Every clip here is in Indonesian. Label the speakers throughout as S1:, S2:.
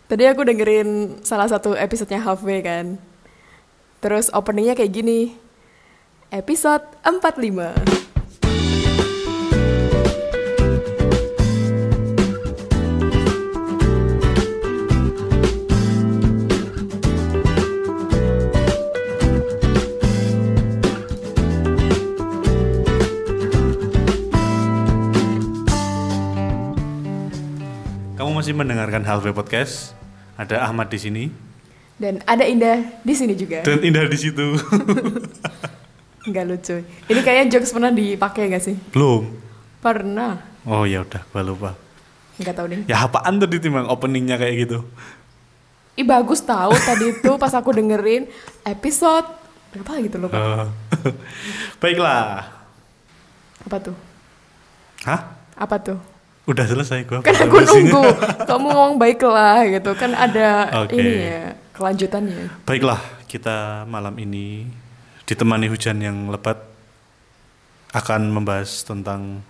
S1: Tadi aku dengerin salah satu episodenya Halfway kan. Terus openingnya kayak gini. Episode 45.
S2: Kamu masih mendengarkan Halfway Podcast. Ada Ahmad di sini.
S1: Dan ada Indah di sini juga.
S2: Dan Indah di situ.
S1: Enggak lucu. Ini kayaknya jokes pernah dipakai gak sih?
S2: Belum.
S1: Pernah.
S2: Oh ya udah, gua lupa.
S1: Enggak tahu deh.
S2: Ya apaan tadi timbang openingnya kayak gitu?
S1: Ih bagus tahu tadi itu pas aku dengerin episode berapa gitu loh.
S2: Baiklah.
S1: Apa tuh?
S2: Hah?
S1: Apa tuh?
S2: Udah selesai gua.
S1: Kan aku nunggu. Kamu ngomong baiklah gitu. Kan ada
S2: Oke.
S1: ini ya, kelanjutannya.
S2: Baiklah, kita malam ini ditemani hujan yang lebat akan membahas tentang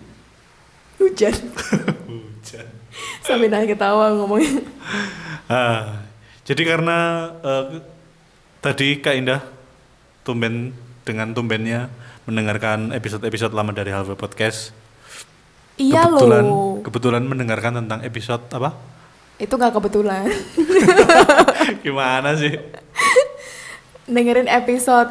S1: Hujan.
S2: hujan.
S1: Sambil naik ketawa ngomongnya.
S2: Jadi karena tadi Kak Indah dengan tumbennya mendengarkan episode-episode lama dari Halfway Podcast.
S1: Iya loh.
S2: Kebetulan mendengarkan tentang episode apa?
S1: Itu gak kebetulan.
S2: Gimana sih?
S1: Dengerin episode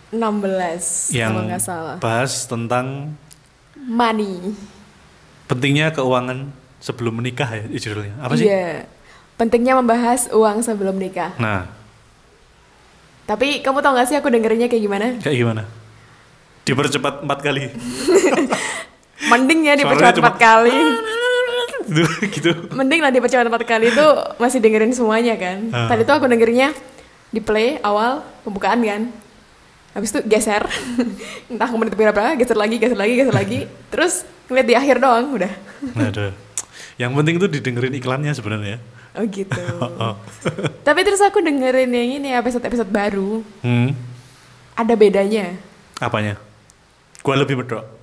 S1: 16
S2: Yang
S1: kalau gak salah.
S2: bahas tentang
S1: Money.
S2: pentingnya keuangan sebelum menikah ya judulnya. Apa sih?
S1: Iya. Pentingnya membahas uang sebelum nikah.
S2: Nah,
S1: Tapi kamu tau gak sih aku dengerinnya kayak gimana?
S2: kayak gimana? Dipercepat 4 kali.
S1: Mending ya
S2: Suaranya
S1: dipercepat 4 kali.
S2: gitu.
S1: Mending lah dipercepat 4 kali itu masih dengerin semuanya kan. Tadi tuh aku dengerinnya di play awal pembukaan kan. Habis itu geser. Entah ke menit berapa, geser lagi. Terus ngeliat di akhir doang udah.
S2: Aduh. Yang penting tuh didengerin iklannya sebenarnya.
S1: Oh gitu. Tapi terus aku dengerin yang ini episode-episode baru. Ada bedanya.
S2: Apanya? Gua lebih medok.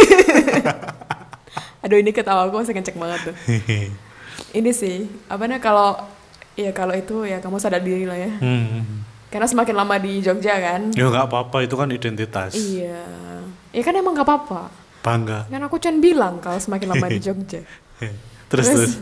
S1: Aduh ini ketawa aku masih kenceng banget tuh. Ini sih, apa namanya kalau itu ya kamu sadar diri lah ya. Karena semakin lama di Jogja kan.
S2: Ya nggak apa-apa, itu kan identitas.
S1: Iya. Ya kan emang nggak apa-apa.
S2: Bangga.
S1: Kan aku cuman bilang kalau semakin lama di Jogja.
S2: Terus.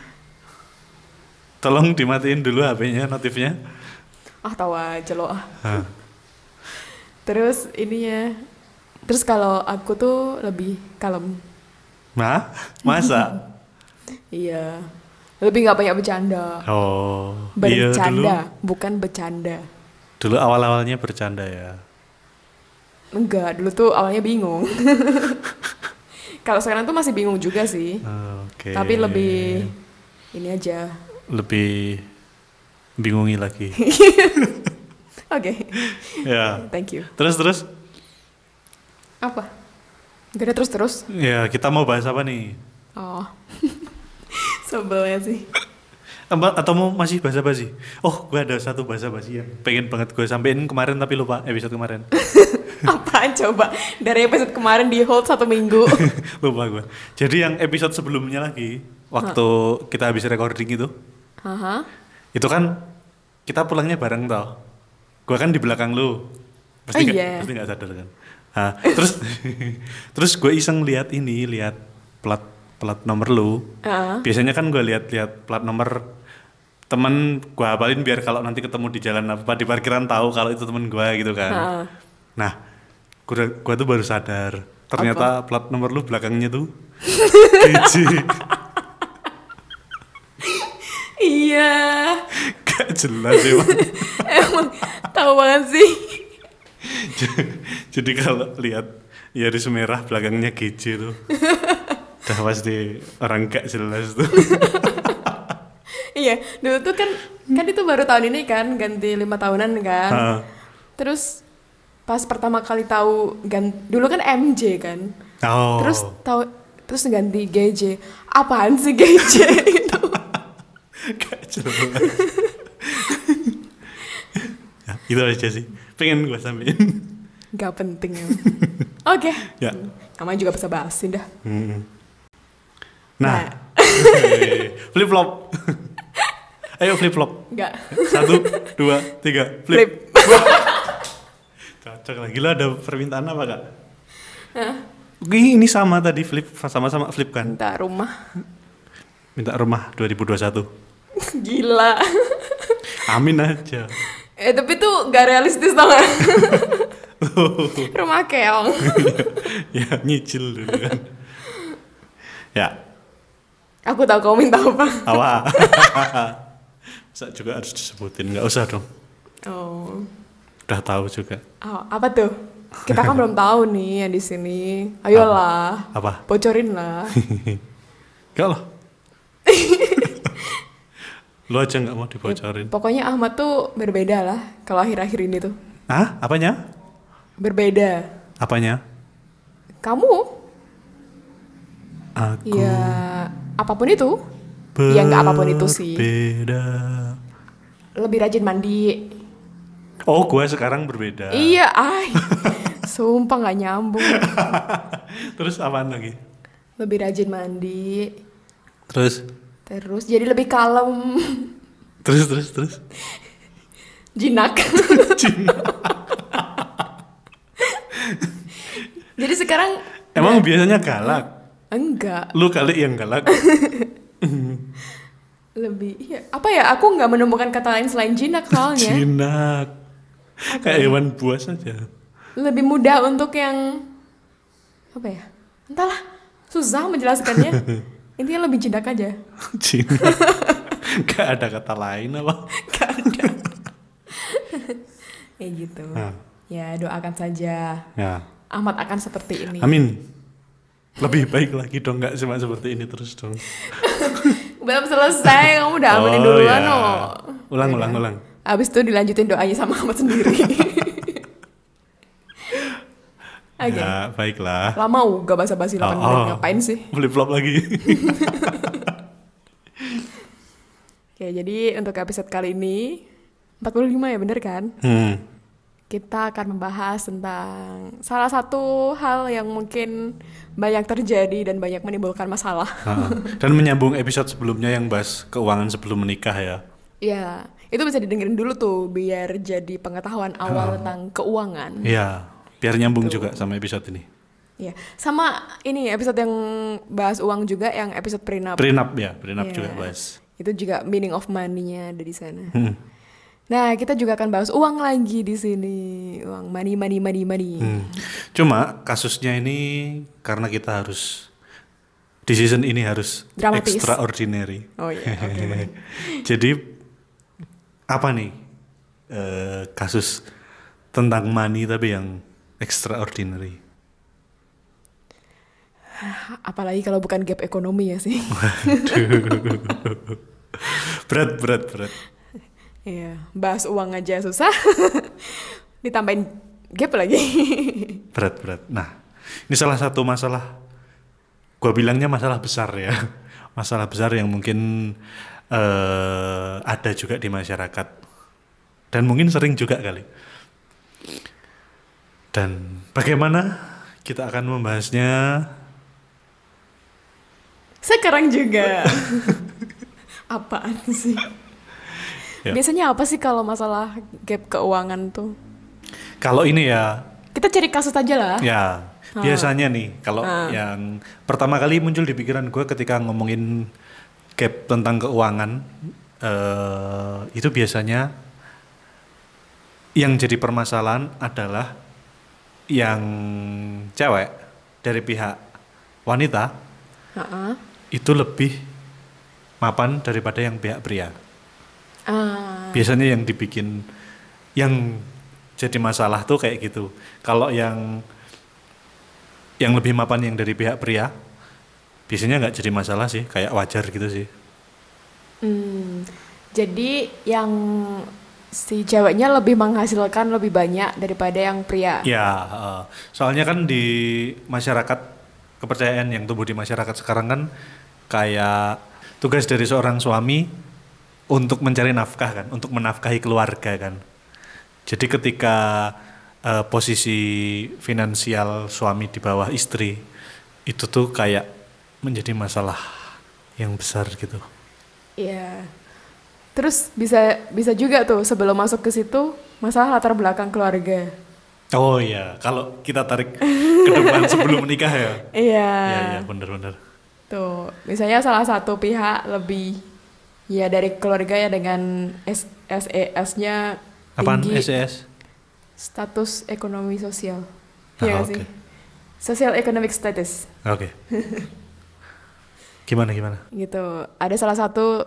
S2: Tolong dimatiin dulu HP-nya, notifnya.
S1: Ah tahu aja lo ah. Terus ininya. Terus kalau aku tuh lebih kalem.
S2: Nah, masa?
S1: Iya. Lebih nggak banyak bercanda.
S2: Oh,
S1: Bercanda, bukan bercanda.
S2: Dulu awal-awalnya bercanda ya.
S1: Enggak, dulu tuh awalnya bingung. Kalau sekarang tuh masih bingung juga sih.
S2: Oke.
S1: Tapi lebih ini aja.
S2: Lebih bingungi lagi.
S1: Oke.
S2: Ya.
S1: Thank you.
S2: Terus.
S1: Apa? Gak ada terus-terus?
S2: Ya, kita mau bahas apa nih?
S1: Oh. Sebelnya sih.
S2: Atau mau masih basa-basi? Oh, gue ada satu basa-basi yang pengen banget gue sampein kemarin tapi lupa episode kemarin.
S1: Apaan coba? Dari episode kemarin di hold 1 minggu.
S2: Lupa gue. Jadi yang episode sebelumnya lagi, waktu kita habis recording itu, itu kan kita pulangnya bareng tau. Gue kan di belakang lu. Pasti nggak sadar kan. Nah, terus gue iseng lihat plat nomor lu. Biasanya kan gue lihat plat nomor temen gue hafalin biar kalau nanti ketemu di jalan apa di parkiran tahu kalau itu temen gue gitu kan. Nah, gue tuh baru sadar ternyata plat nomor lu belakangnya tuh GJ.
S1: Iya.
S2: Gak jelas emang.
S1: Emang tahu banget sih.
S2: Jadi kalau lihat iris merah belakangnya GJ tuh udah pasti orang gak jelas tuh.
S1: Iya, dulu tuh kan itu baru tahun ini kan ganti 5 tahunan kan. Terus pas pertama kali tahu dulu kan MJ kan. Terus ganti GJ. Apaan sih GJ itu?
S2: Gak jelas. Ya, itu aja sih. Pengen gue sampein.
S1: Gak penting ya. Oke.
S2: Ya.
S1: Namanya juga bisa bahasin dah.
S2: Nah. Flip flop. Ayo flip flop.
S1: Enggak.
S2: 1, 2, 3, flip. Cocok lagi lah, ada permintaan apa kak?
S1: Hah?
S2: Ini sama tadi flip, sama-sama flip kan?
S1: Minta rumah
S2: 2021.
S1: Gila.
S2: Amin aja.
S1: Tapi tuh gak realistis tau gak? Rumah keong.
S2: Ya nyicil dulu kan. Ya.
S1: Aku tahu kamu minta apa.
S2: Apa? Masa juga harus disebutin, nggak usah dong.
S1: Oh.
S2: Udah tahu juga.
S1: Oh, apa tuh? Kita kan belum tahu nih yang di sini. Ayolah.
S2: Apa?
S1: Bocorin lah.
S2: Enggak loh. Lu aja nggak mau dibocorin.
S1: Ya, pokoknya Ahmad tuh berbeda lah kalau akhir-akhir ini tuh.
S2: Hah? Apanya?
S1: Berbeda.
S2: Apanya?
S1: Kamu?
S2: Aku.
S1: Ya, apapun itu. Ya nggak apapun itu sih.
S2: Berbeda.
S1: Lebih rajin mandi.
S2: Oh, gue sekarang berbeda.
S1: Iya, sumpah nggak nyambung.
S2: Terus apaan lagi?
S1: Lebih rajin mandi.
S2: Terus
S1: jadi lebih kalem.
S2: Terus.
S1: Jinak. Jadi sekarang.
S2: Emang biasanya galak?
S1: Enggak.
S2: Lu kali yang galak.
S1: Lebih, iya. Apa ya? Aku nggak menemukan kata lain selain jinak soalnya.
S2: Jinak. Kayak hewan buas aja.
S1: Lebih mudah untuk yang apa ya? Entahlah, susah menjelaskannya. Intinya lebih jinak aja.
S2: Jinak. Gak ada kata lain apa?
S1: Gak ada. Kayak gitu. Ya doakan saja. Ya. Ahmad akan seperti ini.
S2: Amin. Lebih baik lagi dong, gak cuma seperti ini terus dong.
S1: Belum selesai, kamu udah amanin duluan
S2: Ulang.
S1: Abis itu dilanjutin doanya sama Ahmad sendiri. Okay.
S2: Ya, baiklah.
S1: Lama gak basa-basi 8 menit, ngapain sih?
S2: Flip-flop lagi.
S1: Oke, jadi untuk episode kali ini 45 ya, bener kan? Kita akan membahas tentang salah satu hal yang mungkin banyak terjadi dan banyak menimbulkan masalah.
S2: Dan menyambung episode sebelumnya yang bahas keuangan sebelum menikah ya.
S1: Iya, itu bisa didengerin dulu tuh biar jadi pengetahuan awal tentang keuangan.
S2: Iya, biar nyambung juga sama episode ini.
S1: Iya, sama ini episode yang bahas uang juga, yang episode prenup.
S2: Prenup juga bahas.
S1: Itu juga meaning of money-nya ada di sana. Nah, kita juga akan bahas uang lagi di sini. Uang, money.
S2: Cuma kasusnya ini karena kita harus di season ini harus dramatis, extraordinary.
S1: Oh iya, okay.
S2: Jadi apa nih kasus tentang money tapi yang extraordinary?
S1: Apalagi kalau bukan gap ekonomi ya sih.
S2: Berat.
S1: Iya, bahas uang aja susah. Ditambahin gap lagi.
S2: Berat. Nah, ini salah satu masalah, gua bilangnya masalah besar ya. Masalah besar yang mungkin ada juga di masyarakat. Dan mungkin sering juga kali. Dan bagaimana kita akan membahasnya
S1: sekarang juga. Apaan sih? Ya. Biasanya apa sih kalau masalah gap keuangan tuh?
S2: Kalau ini ya,
S1: kita cari kasus aja lah.
S2: Ya, biasanya nih kalau yang pertama kali muncul di pikiran gue ketika ngomongin gap tentang keuangan, itu biasanya yang jadi permasalahan adalah yang cewek dari pihak wanita itu lebih mapan daripada yang pihak pria. Biasanya yang dibikin, yang jadi masalah tuh kayak gitu. Kalau yang lebih mapan yang dari pihak pria, biasanya nggak jadi masalah sih, kayak wajar gitu sih.
S1: Jadi yang si ceweknya lebih menghasilkan lebih banyak daripada yang pria.
S2: Ya, soalnya kan di masyarakat, kepercayaan yang tumbuh di masyarakat sekarang kan kayak tugas dari seorang suami untuk mencari nafkah kan, untuk menafkahi keluarga kan. Jadi ketika posisi finansial suami di bawah istri, itu tuh kayak menjadi masalah yang besar gitu.
S1: Iya. Terus bisa juga tuh sebelum masuk ke situ masalah latar belakang keluarga.
S2: Oh iya, kalau kita tarik ke depan sebelum menikah ya.
S1: Iya.
S2: Iya, benar-benar.
S1: Tuh, misalnya salah satu pihak lebih ya dari keluarga ya dengan SES-nya
S2: Apaan
S1: tinggi.
S2: SES?
S1: Status ekonomi sosial.
S2: Ah,
S1: Iya nggak
S2: oke.
S1: sih? Social economic status.
S2: Oke. Gimana?
S1: Gitu. Ada salah satu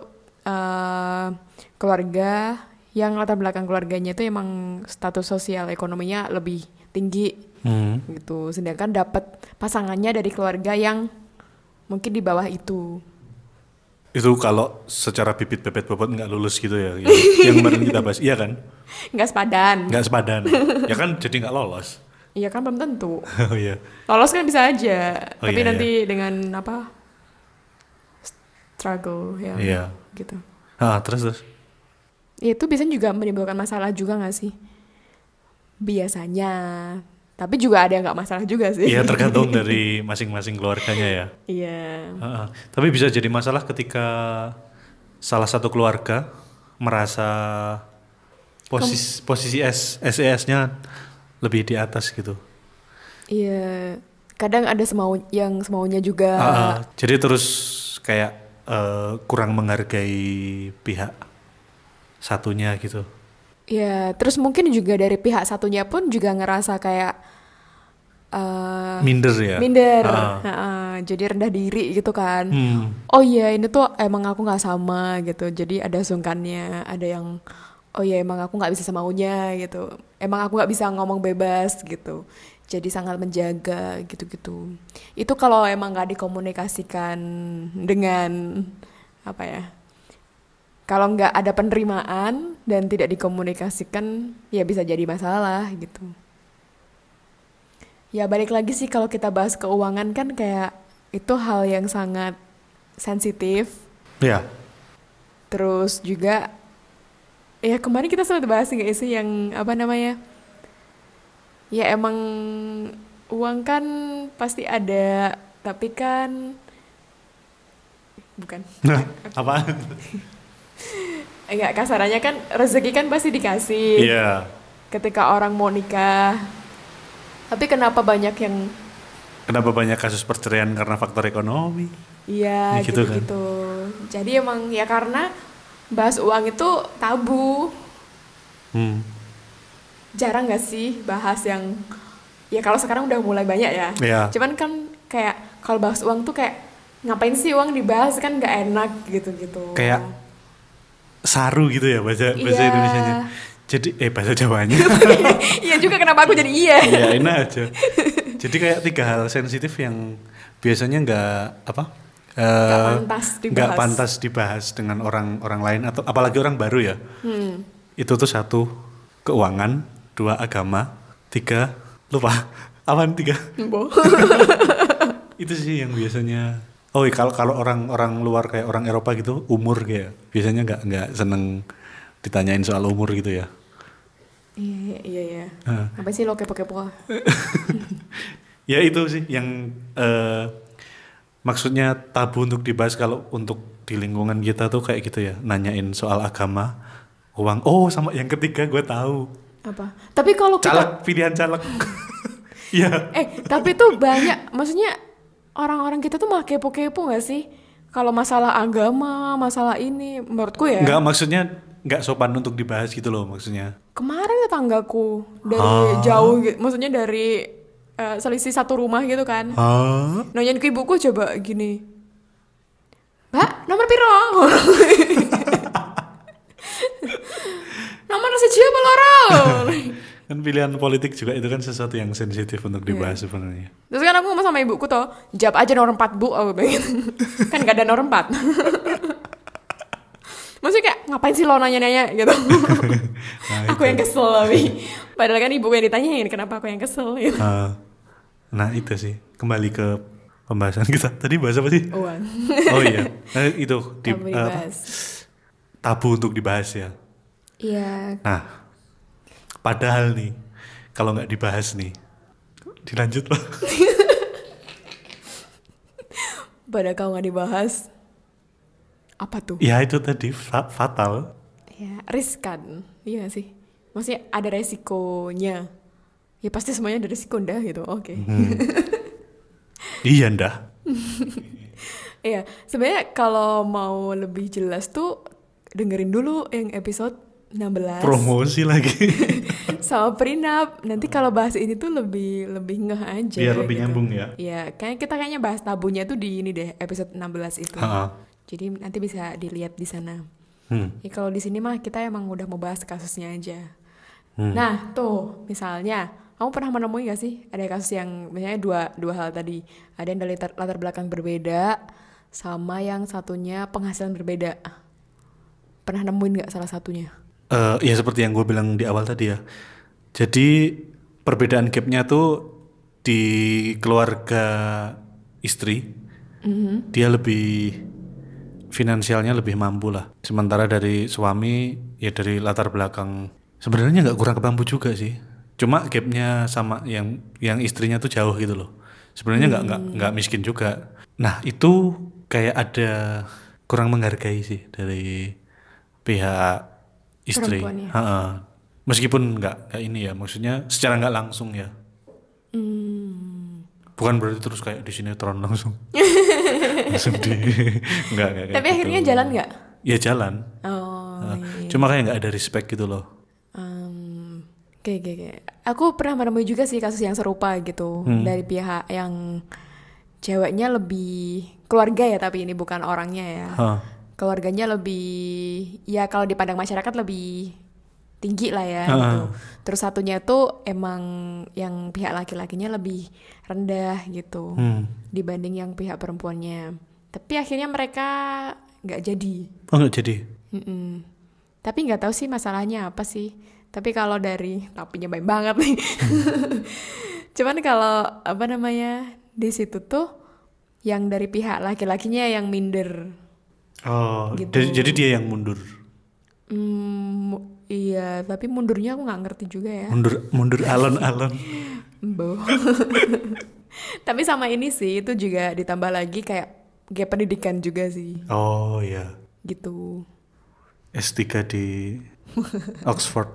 S1: keluarga yang latar belakang keluarganya itu emang status sosial ekonominya lebih tinggi gitu. Sedangkan dapat pasangannya dari keluarga yang mungkin di bawah itu.
S2: Itu kalau secara bibit bebet bobot nggak lulus gitu ya, yang kemarin kita bahas, iya kan?
S1: Nggak sepadan.
S2: Nggak sepadan, ya kan jadi nggak lolos.
S1: Iya kan belum tentu.
S2: Oh iya.
S1: Lolos kan bisa aja,
S2: Oh,
S1: tapi
S2: iya,
S1: nanti dengan apa? Struggle ya.
S2: Iya.
S1: Gitu.
S2: Terus.
S1: Itu biasanya juga menimbulkan masalah juga nggak sih? Biasanya. Tapi juga ada yang nggak masalah juga sih.
S2: Iya, tergantung dari masing-masing keluarganya ya.
S1: Iya.
S2: Tapi bisa jadi masalah ketika salah satu keluarga merasa posisi SES-nya lebih di atas gitu.
S1: Iya. Kadang ada yang semaunya juga.
S2: Jadi terus kayak kurang menghargai pihak satunya gitu.
S1: Ya, terus mungkin juga dari pihak satunya pun juga ngerasa kayak
S2: minder ya.
S1: Jadi rendah diri gitu kan. Oh iya, ini tuh emang aku nggak sama gitu. Jadi ada sungkannya, ada yang oh iya emang aku nggak bisa semaunya gitu. Emang aku nggak bisa ngomong bebas gitu. Jadi sangat menjaga gitu-gitu. Itu kalau emang nggak dikomunikasikan dengan apa ya? Kalau nggak ada penerimaan dan tidak dikomunikasikan, ya bisa jadi masalah gitu. Ya balik lagi sih kalau kita bahas keuangan kan kayak itu hal yang sangat sensitif.
S2: Iya.
S1: Terus juga, ya kemarin kita sempat bahas nggak sih yang apa namanya? Ya emang uang kan pasti ada, tapi kan bukan.
S2: Nah, apa?
S1: Enggak, kasarannya kan rezeki kan pasti dikasih.
S2: Iya.
S1: Ketika orang mau nikah. Tapi kenapa banyak
S2: kasus perceraian karena faktor ekonomi?
S1: Iya,
S2: Ya, gitu
S1: gitu-gitu. Jadi emang ya karena bahas uang itu tabu. Jarang gak sih bahas yang ya kalau sekarang udah mulai banyak ya.
S2: Iya.
S1: Cuman kan kayak kalau bahas uang tuh kayak ngapain sih uang dibahas, kan gak enak gitu-gitu.
S2: Kayak saru gitu ya bahasa Indonesianya. Jadi bahasa Jawanya.
S1: Iya juga, kenapa aku jadi iya.
S2: Iya, enak aja. Jadi kayak 3 hal sensitif yang biasanya nggak pantas dibahas dengan orang lain atau apalagi orang baru ya. Itu tuh 1, keuangan, 2, agama, 3, lupa. Apaan 3? Itu sih yang biasanya. Oh iya, kalau orang luar kayak orang Eropa gitu, umur kayak biasanya nggak seneng ditanyain soal umur gitu ya.
S1: Iya. Apa sih lo kepo-kepo?
S2: Ya itu sih yang maksudnya tabu untuk dibahas kalau untuk di lingkungan kita tuh kayak gitu ya, nanyain soal agama, uang. Oh, sama yang ketiga gue tahu.
S1: Apa? Tapi kalau
S2: pilihan caleg. Iya.
S1: Tapi tuh banyak, maksudnya orang-orang kita tuh malah kepo-kepo gak sih? Kalau masalah agama, masalah ini, menurutku ya.
S2: Enggak, maksudnya nggak sopan untuk dibahas gitu loh maksudnya.
S1: Kemarin tetanggaku dari jauh gitu, maksudnya dari selisih satu rumah gitu kan. Nanyain ke ibuku coba gini, Mbak, nomor piro? Nomor siji apa loro?
S2: Kan pilihan politik juga itu kan sesuatu yang sensitif untuk dibahas sebenarnya.
S1: Terus kan aku ngomong sama ibuku toh, jawab aja nomor 4 bu, aku bilang. Kan gak ada nomor 4. Maksudnya kayak ngapain sih lo nanya-nanya gitu. Aku yang kesel tapi. Padahal kan ibuku yang ditanyain, kenapa aku yang kesel gitu.
S2: Nah itu sih, kembali ke pembahasan kita. Tadi bahas apa sih?
S1: Uang.
S2: Oh iya, itu tabu untuk dibahas ya.
S1: Iya.
S2: Nah, padahal nih, kalau nggak dibahas nih, dilanjut loh.
S1: Padahal kalau nggak dibahas, apa tuh?
S2: Ya itu tadi fatal.
S1: ya riskan, iya gak sih? Maksudnya ada resikonya. Ya pasti semuanya ada resiko ndah gitu. Oke.
S2: Iya ndah.
S1: Iya, sebenarnya kalau mau lebih jelas tuh dengerin dulu yang episode 16.
S2: Promosi lagi.
S1: Sama prenup. Nanti kalau bahas ini tuh lebih ngeh aja.
S2: Biar lebih
S1: gitu.
S2: nyambung ya.
S1: Iya, kita kayaknya bahas tabunya tuh di ini deh, episode 16 itu. Jadi nanti bisa dilihat di sana. Ya, kalau di sini mah kita emang udah mau bahas kasusnya aja. Nah, tuh misalnya kamu pernah menemui gak sih ada kasus yang misalnya dua hal tadi, ada yang dari latar belakang berbeda sama yang satunya penghasilan berbeda. Pernah nemuin gak salah satunya?
S2: Ya seperti yang gue bilang di awal tadi ya. Jadi perbedaan gapnya tuh di keluarga istri, dia lebih finansialnya lebih mampu lah. Sementara dari suami ya dari latar belakang sebenarnya nggak kurang mampu juga sih. Cuma gapnya sama yang istrinya tuh jauh gitu loh. Sebenarnya nggak miskin juga. Nah itu kayak ada kurang menghargai sih dari pihak istri. Meskipun nggak ini ya, maksudnya secara nggak langsung ya. Bukan berarti terus kayak di sinetron langsung. Langsung di nggak.
S1: Tapi akhirnya jalan nggak?
S2: Ya jalan.
S1: Iya.
S2: Cuma kayak nggak ada respect gitu loh.
S1: Oke. Aku pernah menemui juga sih kasus yang serupa gitu dari pihak yang ceweknya lebih keluarga ya, tapi ini bukan orangnya ya. Keluarganya lebih ya kalau dipandang masyarakat lebih tinggi lah ya gitu. Terus satunya tuh emang yang pihak laki-lakinya lebih rendah gitu dibanding yang pihak perempuannya. Tapi akhirnya mereka nggak jadi.
S2: Oh nggak jadi.
S1: Tapi nggak tahu sih masalahnya apa sih. Tapi kalau dari tapinya baik banget nih. Cuman kalau apa namanya di situ tuh yang dari pihak laki-lakinya yang minder.
S2: Oh,
S1: gitu.
S2: Jadi dia yang mundur.
S1: Iya, tapi mundurnya aku nggak ngerti juga ya.
S2: Mundur alon-alon.
S1: Tapi sama ini sih itu juga ditambah lagi kayak gap pendidikan juga sih.
S2: Oh iya.
S1: Gitu.
S2: S3 di Oxford.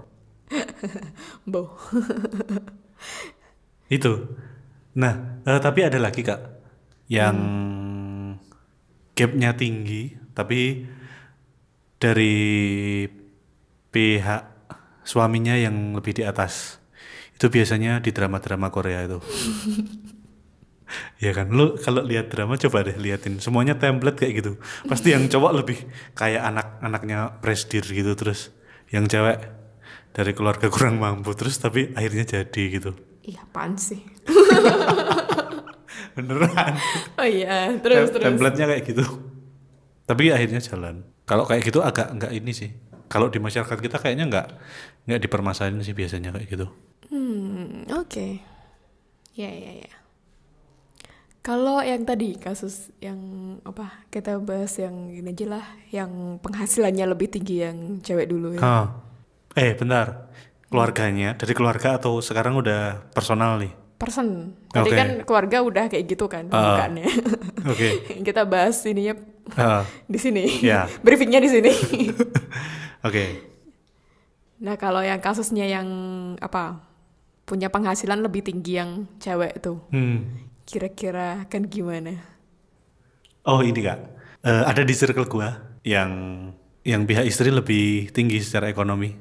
S2: Itu. Nah, tapi ada lagi Kak yang gapnya tinggi, tapi dari pihak suaminya yang lebih di atas. Itu biasanya di drama-drama Korea itu. Ya kan, lu kalau lihat drama coba deh liatin, semuanya template kayak gitu. Pasti yang cowok lebih kayak anak-anaknya presdir gitu, terus yang cewek dari keluarga kurang mampu, terus tapi akhirnya jadi gitu.
S1: Iya, apaan sih?
S2: Beneran.
S1: Oh iya, terus.
S2: Template-nya kayak gitu. Tapi akhirnya jalan. Kalau kayak gitu agak enggak ini sih. Kalau di masyarakat kita kayaknya enggak dipermasalahin sih biasanya kayak gitu.
S1: Oke. Ya. Kalau yang tadi kasus yang apa kita bahas yang ini aja lah, yang penghasilannya lebih tinggi yang cewek dulu ya.
S2: Bentar. Keluarganya dari keluarga atau sekarang udah personal nih?
S1: Person. Tadi kan keluarga udah kayak gitu kan pembukaannya.
S2: Oke.
S1: Kita bahas ininya di sini.
S2: Yeah.
S1: Briefingnya di sini.
S2: Oke.
S1: Nah kalau yang kasusnya yang apa punya penghasilan lebih tinggi yang cewek tuh, kira-kira kan gimana?
S2: Oh ini Kak, ada di circle gua yang pihak istri lebih tinggi secara ekonomi.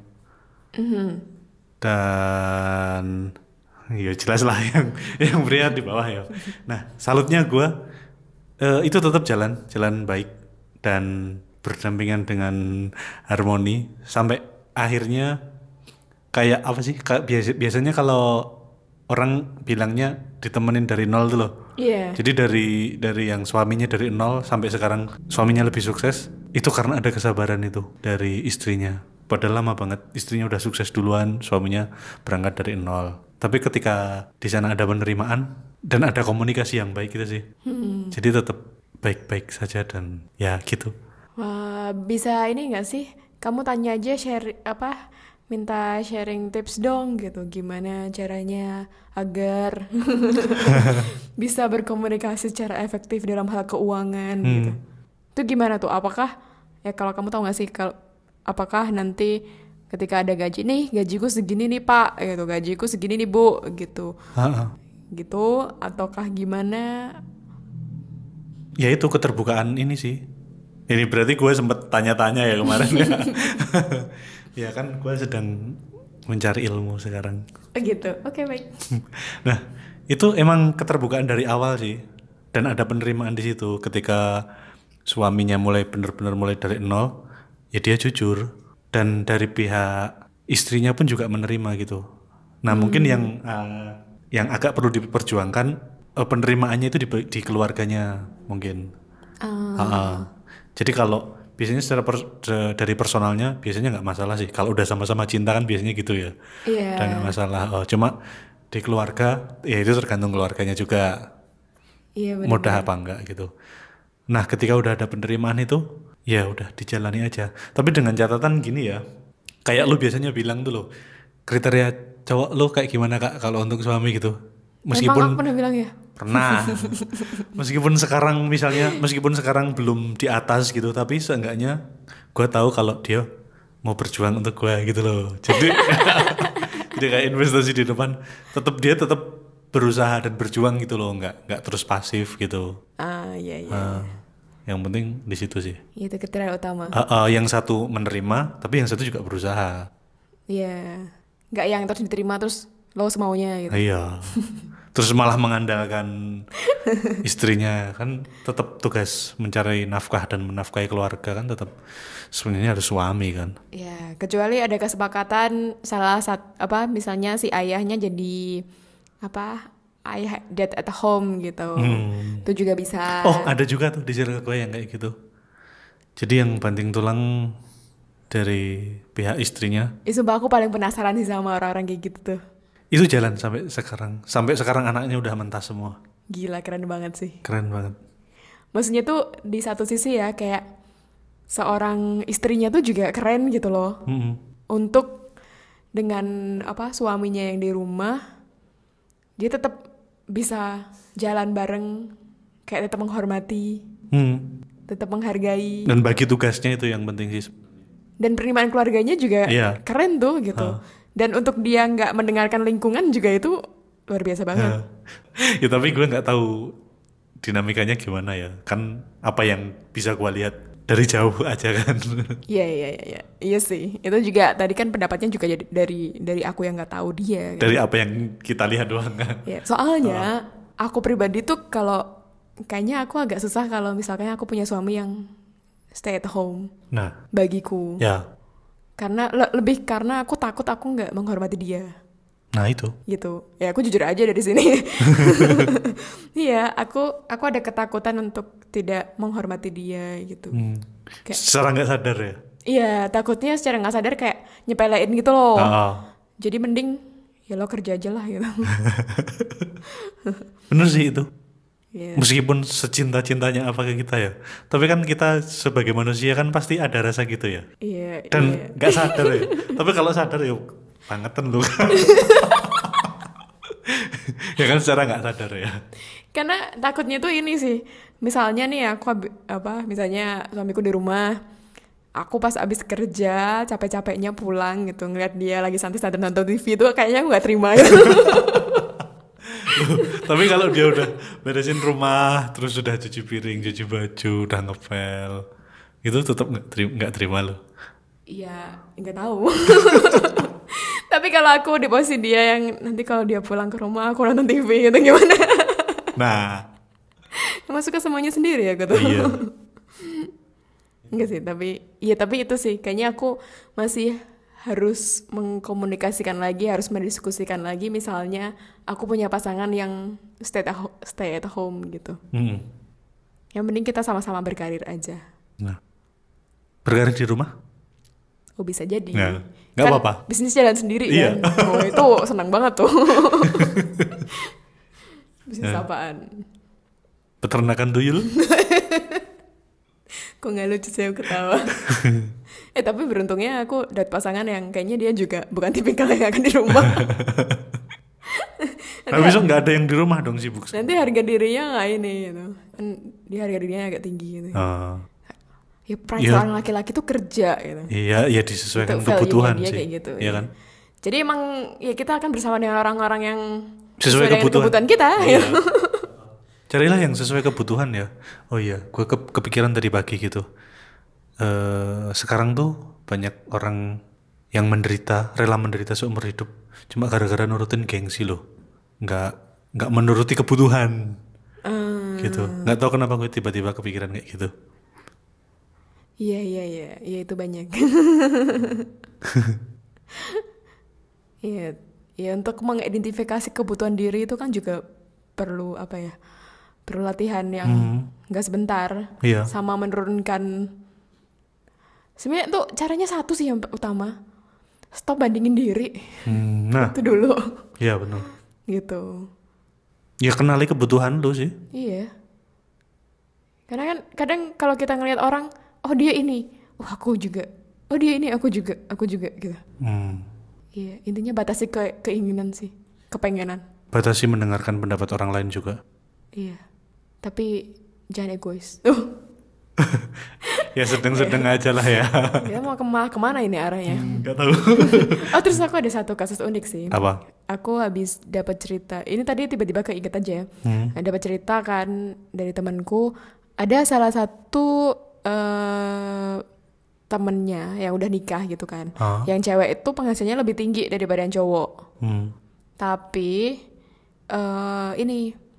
S2: Dan ya jelas lah yang pria di bawah ya. Nah salutnya gue itu tetap jalan baik dan berdampingan dengan harmoni sampai akhirnya kayak apa sih? Biasanya kalau orang bilangnya ditemenin dari nol tuh loh.
S1: Iya.
S2: Jadi dari yang suaminya dari nol sampai sekarang suaminya lebih sukses itu karena ada kesabaran itu dari istrinya. Padahal lama banget istrinya udah sukses duluan, suaminya berangkat dari nol. Tapi ketika di sana ada penerimaan dan ada komunikasi yang baik gitu sih. Jadi tetap baik-baik saja dan ya gitu.
S1: Wah, bisa ini nggak sih? Kamu tanya aja minta sharing tips dong gitu. Gimana caranya agar bisa berkomunikasi secara efektif dalam hal keuangan gitu. Itu gimana tuh? Apakah ya kalau kamu tahu nggak sih kalau apakah nanti ketika ada gaji nih, gajiku segini nih Pak, gitu, gajiku segini nih Bu, gitu. Gitu, ataukah gimana?
S2: Ya itu keterbukaan ini sih. Ini berarti gue sempet tanya-tanya ya kemarin ya. Ya kan gue sedang mencari ilmu sekarang.
S1: Gitu, oke, baik.
S2: Nah, itu emang keterbukaan dari awal sih. Dan ada penerimaan di situ ketika suaminya mulai benar-benar mulai dari nol, ya dia jujur. Dan dari pihak istrinya pun juga menerima gitu. Nah mungkin yang agak perlu diperjuangkan penerimaannya itu di keluarganya mungkin. Jadi kalau biasanya dari personalnya biasanya nggak masalah sih. Kalau udah sama-sama cinta kan biasanya gitu ya.
S1: Iya.
S2: Dan nggak masalah. Cuma di keluarga ya itu tergantung keluarganya juga.
S1: Iya, benar.
S2: Mudah apa enggak gitu. Nah ketika udah ada penerimaan itu ya udah dijalani aja. Tapi dengan catatan gini ya, kayak lu biasanya bilang tuh lo, kriteria cowok lu kayak gimana Kak kalau untuk suami gitu?
S1: Meskipun emang aku pernah bilang ya?
S2: Pernah. meskipun sekarang belum di atas gitu, tapi seenggaknya gue tahu kalau dia mau berjuang untuk gue gitu loh. Jadi jadi kayak investasi di depan, dia tetap berusaha dan berjuang gitu loh, nggak terus pasif gitu.
S1: Iya.
S2: Yang penting di situ sih.
S1: Itu kriteria utama.
S2: Yang satu menerima, tapi yang satu juga berusaha.
S1: Iya. Nggak yang terus diterima terus lo semaunya gitu.
S2: Iya. Terus malah mengandalkan istrinya, kan tetap tugas mencari nafkah dan menafkahi keluarga kan tetap sebenarnya harus suami kan.
S1: Iya, kecuali ada kesepakatan misalnya si ayahnya jadi ayah dad at home gitu. Itu juga bisa.
S2: Oh, ada juga tuh di circle gue yang kayak gitu. Jadi yang banting tulang dari pihak istrinya.
S1: Sumpah aku paling penasaran sih sama orang-orang kayak gitu tuh.
S2: Itu jalan sampai sekarang. Sampai sekarang anaknya udah mentas semua.
S1: Gila, keren banget sih.
S2: Keren banget.
S1: Maksudnya tuh di satu sisi ya kayak seorang istrinya tuh juga keren gitu loh. Untuk dengan suaminya yang di rumah, dia tetap bisa jalan bareng, kayak tetap menghormati, tetap menghargai.
S2: Dan bagi tugasnya itu yang penting sih.
S1: Dan penerimaan keluarganya juga keren tuh gitu. Dan untuk dia nggak mendengarkan lingkungan juga itu luar biasa banget.
S2: Ya tapi gue nggak tahu dinamikanya gimana ya. Kan apa yang bisa gue lihat dari jauh aja kan.
S1: Iya sih. Itu juga tadi kan pendapatnya juga dari aku yang nggak tahu dia.
S2: Dari apa yang kita lihat doang kan.
S1: Ya, soalnya aku pribadi tuh kayaknya aku agak susah kalau misalnya aku punya suami yang stay at home.
S2: Nah,
S1: bagiku.
S2: Ya.
S1: Karena lebih karena aku takut aku nggak menghormati dia.
S2: Nah itu.
S1: Gitu. Ya aku jujur aja dari sini. Iya, aku ada ketakutan untuk tidak menghormati dia gitu.
S2: Kayak, secara nggak sadar ya?
S1: Iya, takutnya secara nggak sadar kayak nyepelein gitu loh. Jadi mending ya lo kerja aja lah gitu.
S2: Bener sih itu. Yeah. Meskipun secinta-cintanya apa ke kita ya, tapi kan kita sebagai manusia kan pasti ada rasa gitu ya.
S1: Iya.
S2: Dan nggak sadar ya. Tapi kalau sadar ya bangetan lu kan. Ya kan secara nggak sadar ya.
S1: Karena takutnya tuh ini sih, misalnya nih misalnya suamiku di rumah, aku pas abis kerja capek-capeknya pulang gitu ngeliat dia lagi santai-santai nonton TV itu kayaknya aku nggak terima gitu.
S2: Tapi kalau dia udah beresin rumah, terus udah cuci piring, cuci baju, udah ngepel, itu tetap nggak terima lo?
S1: Iya, nggak tahu. Tapi kalau aku di posisi dia yang nanti kalau dia pulang ke rumah aku nonton TV gitu gimana?
S2: Nah,
S1: emang suka semuanya sendiri ya gitu.
S2: Iya.
S1: Enggak sih, tapi itu sih kayaknya aku masih harus mengkomunikasikan lagi, harus mendiskusikan lagi. Misalnya aku punya pasangan yang stay at home gitu. Yang penting kita sama-sama berkarir aja.
S2: Nah, berkarir di rumah?
S1: Oh bisa jadi.
S2: Nggak apa-apa.
S1: Bisnis jalan sendiri kan. Oh itu senang banget tuh. Bisnis apaan?
S2: Peternakan tuyul?
S1: Kok nggak lucu sih aku ketawa. Tapi beruntungnya aku dapat pasangan yang kayaknya dia juga bukan tipikal yang akan di rumah.
S2: Tapi besok nggak ada yang di rumah dong sibuk.
S1: Nanti harga dirinya nggak ini gitu. Kan dia harga dirinya agak tinggi gitu. Ya pride seorang laki-laki tuh kerja gitu.
S2: Iya, ya disesuaikan kebutuhan sih.
S1: Kayak gitu.
S2: Iya kan?
S1: Jadi emang ya kita akan bersama dengan orang-orang yang
S2: sesuai
S1: dengan kebutuhan kita.
S2: Iya. Carilah yang sesuai kebutuhan ya. Oh iya, gue kepikiran tadi pagi gitu. Sekarang tuh banyak orang yang rela menderita seumur hidup cuma gara-gara nurutin gengsi loh. Nggak menuruti kebutuhan. Gitu. Nggak tahu kenapa gue tiba-tiba kepikiran kayak gitu.
S1: Iya itu banyak. Iya untuk mengidentifikasi kebutuhan diri itu kan juga perlu perlu latihan yang nggak sebentar.
S2: Iya.
S1: Sama menurunkan. Sebenarnya tuh caranya satu sih yang utama, stop bandingin diri.
S2: Nah.
S1: Itu dulu.
S2: Iya benar.
S1: Gitu.
S2: Ya kenali kebutuhan lu sih.
S1: Iya. Karena kan kadang kalau kita ngelihat orang, oh dia ini, oh aku juga, oh dia ini aku juga gitu. Iya, intinya batasi keinginan sih, kepengenan.
S2: Batasi mendengarkan pendapat orang lain juga.
S1: Iya, tapi jangan egois.
S2: Ya sedang-sedang aja lah ya.
S1: Ya mau kemana ini arahnya?
S2: Gak tahu.
S1: Oh terus aku ada satu kasus unik sih.
S2: Apa?
S1: Aku habis dapat cerita, ini tadi tiba-tiba keinget aja. Dapat cerita kan dari temanku, ada salah satu temennya yang udah nikah gitu kan. Yang cewek itu penghasilannya lebih tinggi daripada yang cowok. Tapi ini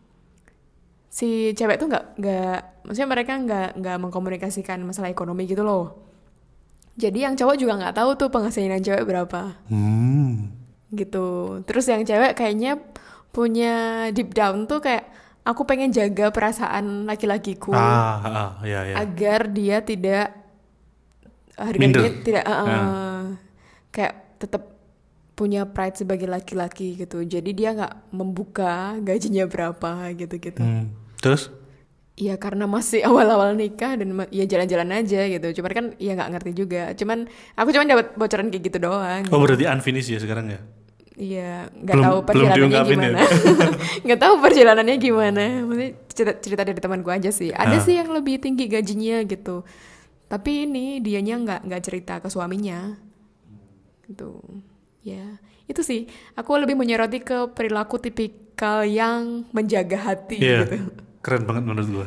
S1: si cewek tuh nggak maksudnya mereka nggak mengkomunikasikan masalah ekonomi gitu loh. Jadi yang cowok juga nggak tahu tuh penghasilan yang cewek berapa. Gitu. Terus yang cewek kayaknya punya deep down tuh kayak aku pengen jaga perasaan laki-lakiku
S2: ya.
S1: Agar dia tidak harganya tidak kayak tetap punya pride sebagai laki-laki gitu. Jadi dia nggak membuka gajinya berapa gitu-gitu.
S2: Terus?
S1: Ya karena masih awal-awal nikah dan ya jalan-jalan aja gitu. Cuman kan ya nggak ngerti juga. Aku cuman dapat bocoran kayak gitu doang.
S2: Oh berarti unfinished ya sekarang ya?
S1: Iya, nggak tahu perjalanannya gimana. Nggak tahu perjalanannya gimana. Maksudnya cerita dari temanku aja sih. Ada sih yang lebih tinggi gajinya gitu. Tapi ini dianya nggak cerita ke suaminya. Gitu. Ya, itu sih. Aku lebih menyoroti ke perilaku tipikal yang menjaga hati gitu.
S2: Keren banget menurut gua.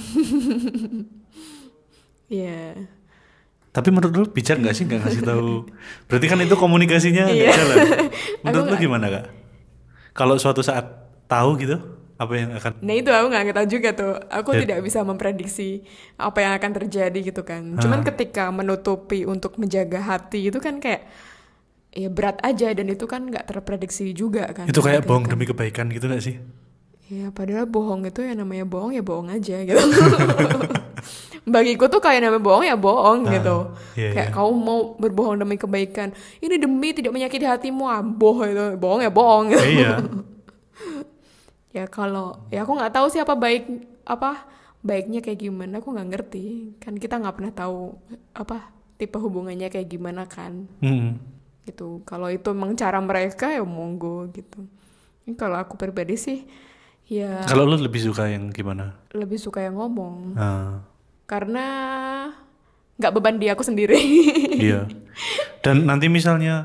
S1: Iya.
S2: Tapi menurut lu bijak nggak sih nggak ngasih tahu? Berarti kan itu komunikasinya nggak jalan. Menurut lu gimana Kak? Kalau suatu saat tahu gitu, apa yang akan?
S1: Nah itu aku nggak tahu juga tuh. Aku tidak bisa memprediksi apa yang akan terjadi gitu kan. Cuman ketika menutupi untuk menjaga hati itu kan kayak ya berat aja dan itu kan nggak terprediksi juga kan.
S2: Itu kayak bohong demi kebaikan gitu nggak sih?
S1: Ya padahal bohong itu ya namanya bohong ya bohong aja gitu. Bagiku tuh kayak namanya bohong ya bohong gitu. Kayak kau mau berbohong demi kebaikan, ini demi tidak menyakiti hatimu, bohong itu bohong ya bohong gitu.
S2: Iya.
S1: Ya kalau ya aku nggak tahu sih baiknya kayak gimana, aku nggak ngerti kan, kita nggak pernah tahu tipe hubungannya kayak gimana kan. Gitu. Kalau itu emang cara mereka ya monggo gitu. Ini kalau aku pribadi sih ya.
S2: Kalau lu lebih suka yang gimana?
S1: Lebih suka yang ngomong. Karena nggak beban di aku sendiri.
S2: Iya. Dan nanti misalnya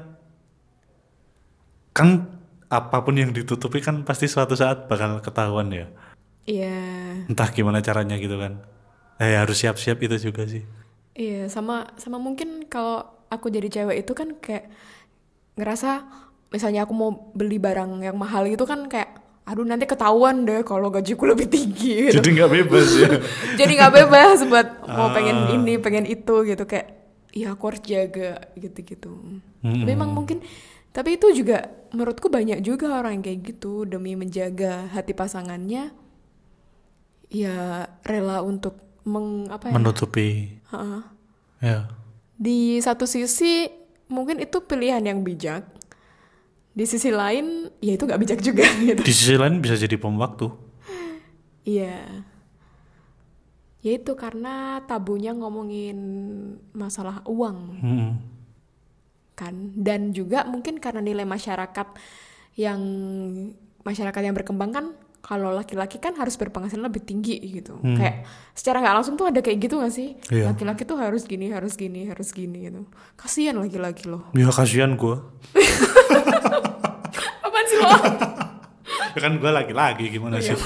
S2: kan apapun yang ditutupi kan pasti suatu saat bakal ketahuan ya.
S1: Iya.
S2: Entah gimana caranya gitu kan. Harus siap-siap itu juga sih.
S1: Iya, sama mungkin kalau aku jadi cewek itu kan kayak ngerasa misalnya aku mau beli barang yang mahal gitu kan kayak aduh nanti ketahuan deh kalau gajiku lebih tinggi gitu.
S2: Jadi nggak bebas ya.
S1: Jadi nggak bebas buat mau pengen ini pengen itu gitu, kayak ya aku harus jaga gitu. Memang mungkin, tapi itu juga menurutku banyak juga orang yang kayak gitu demi menjaga hati pasangannya ya rela untuk
S2: menutupi. Ya.
S1: Di satu sisi mungkin itu pilihan yang bijak. Di sisi lain, ya itu nggak bijak juga. Gitu.
S2: Di sisi lain bisa jadi bom waktu.
S1: Iya. Ya itu karena tabunya ngomongin masalah uang. Kan. Dan juga mungkin karena nilai masyarakat yang berkembang kan, kalau laki-laki kan harus berpenghasilan lebih tinggi gitu. Kayak secara nggak langsung tuh ada kayak gitu nggak sih?
S2: Iya.
S1: Laki-laki tuh harus gini gitu. Kasian laki-laki loh.
S2: Ya kasihan gue.
S1: Apaan sih lo?
S2: Ya kan gue laki-laki gimana sih?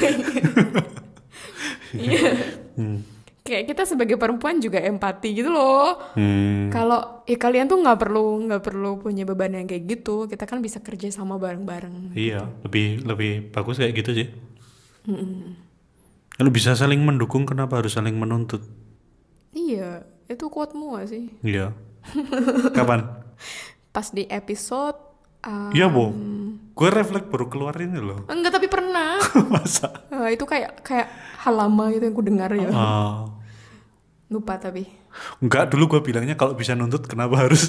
S1: Iya. Kayak kita sebagai perempuan juga empati gitu loh. Kalau ya kalian tuh nggak perlu punya beban yang kayak gitu. Kita kan bisa kerja sama bareng-bareng.
S2: Iya, lebih bagus kayak gitu sih. Kalau bisa saling mendukung, kenapa harus saling menuntut?
S1: Iya, itu quote-mu gak sih?
S2: Iya. Kapan?
S1: Pas di episode
S2: Iya, Bo. Gue refleks baru keluar ini loh.
S1: enggak, tapi pernah.
S2: Masa?
S1: Itu kayak hal lama gitu yang ku dengar ya. Lupa tapi.
S2: Enggak, dulu gue bilangnya kalau bisa nuntut kenapa harus?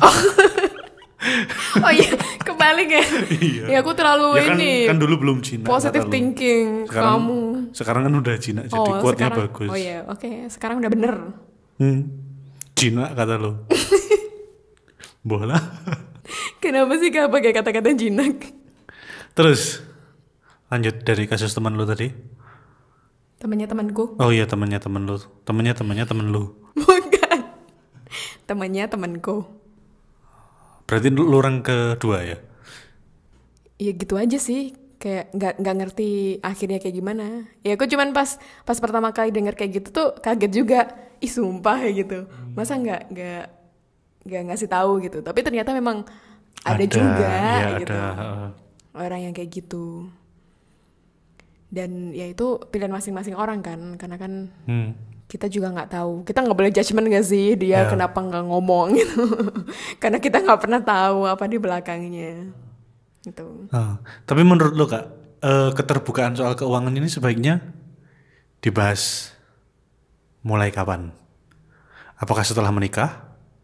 S1: Oh iya, kebalik ya.
S2: Iya.
S1: Ya aku terlalu
S2: Ya kan,
S1: ini.
S2: kan dulu belum Cina.
S1: Positive
S2: kata lu.
S1: thinking kamu.
S2: Sekarang kan udah Cina, jadi quote-nya
S1: sekarang,
S2: bagus.
S1: Oh iya, oke. Sekarang udah bener.
S2: Cina kata lo. Bola.
S1: Kenapa sih gak pakai kata-kata jinak?
S2: Terus lanjut dari kasus teman lo tadi.
S1: Temannya temanku.
S2: Oh iya, temannya teman lo. Temannya teman lo.
S1: Bukan. Temannya temanku.
S2: Berarti lu orang kedua ya?
S1: Ya gitu aja sih. Kayak nggak ngerti akhirnya kayak gimana. Ya aku cuman pas pertama kali denger kayak gitu tuh kaget juga. Ih sumpah kayak gitu. Masa nggak ngasih tahu gitu. Tapi ternyata memang ada juga
S2: ya
S1: gitu.
S2: Ada.
S1: Orang yang kayak gitu. Dan ya itu pilihan masing-masing orang kan. Karena kan kita juga nggak tahu. Kita nggak boleh judgement gak sih dia kenapa nggak ngomong gitu. Karena kita nggak pernah tahu apa di belakangnya. Gitu.
S2: Tapi menurut lo Kak, keterbukaan soal keuangan ini sebaiknya dibahas mulai kapan? Apakah setelah menikah?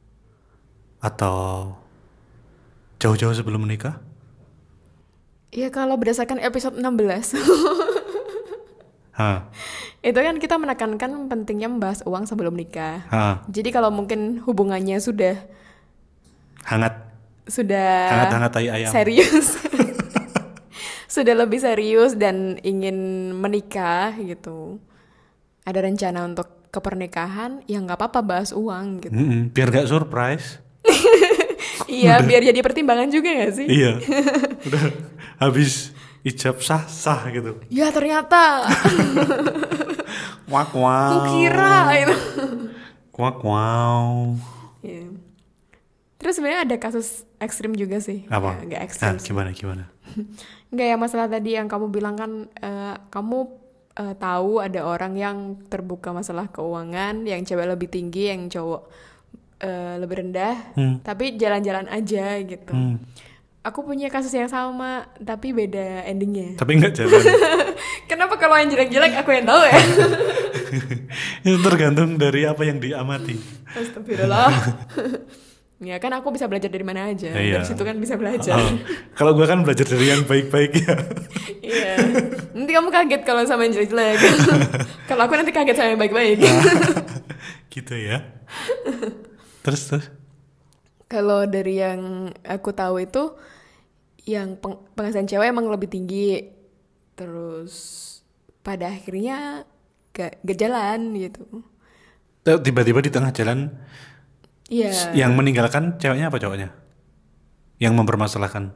S2: Atau jauh-jauh sebelum menikah?
S1: Ya kalau berdasarkan episode 16 itu kan kita menekankan pentingnya membahas uang sebelum nikah. Jadi kalau mungkin hubungannya sudah
S2: hangat tai ayam.
S1: Serius. Sudah lebih serius dan ingin menikah gitu. Ada rencana untuk kepernikahan, ya nggak apa-apa bahas uang gitu.
S2: Biar gak surprise.
S1: Iya, biar jadi pertimbangan juga gak sih?
S2: Iya. Udah habis ijab sah gitu.
S1: Ya ternyata.
S2: Wak wow.
S1: Kukira itu.
S2: Wak wow.
S1: Yeah. Terus sebenarnya ada kasus ekstrim juga sih.
S2: Apa?
S1: Nggak ekstrim.
S2: Gimana?
S1: Nggak ya, masalah tadi yang kamu bilang kan, kamu tahu ada orang yang terbuka masalah keuangan, yang cewek lebih tinggi, yang cowok lebih rendah, tapi jalan-jalan aja gitu. Aku punya kasus yang sama, tapi beda endingnya.
S2: Tapi nggak jalan.
S1: Kenapa kalau yang jelek-jelek aku yang tahu ya?
S2: Itu tergantung dari apa yang diamati.
S1: Astagfirullah. Ya kan aku bisa belajar dari mana aja.
S2: Iya.
S1: Dari situ kan bisa belajar.
S2: Kalau gue kan belajar dari yang baik-baik ya.
S1: Iya. Nanti kamu kaget kalau sama yang jelek-jelek. Kalau aku nanti kaget sama yang baik-baik.
S2: Gitu ya. Terus.
S1: Kalau dari yang aku tahu itu, yang penghasilan cewek emang lebih tinggi. Terus pada akhirnya gak jalan gitu.
S2: Tiba-tiba di tengah jalan.
S1: Iya.
S2: Yang meninggalkan ceweknya apa cowoknya? Yang mempermasalahkan?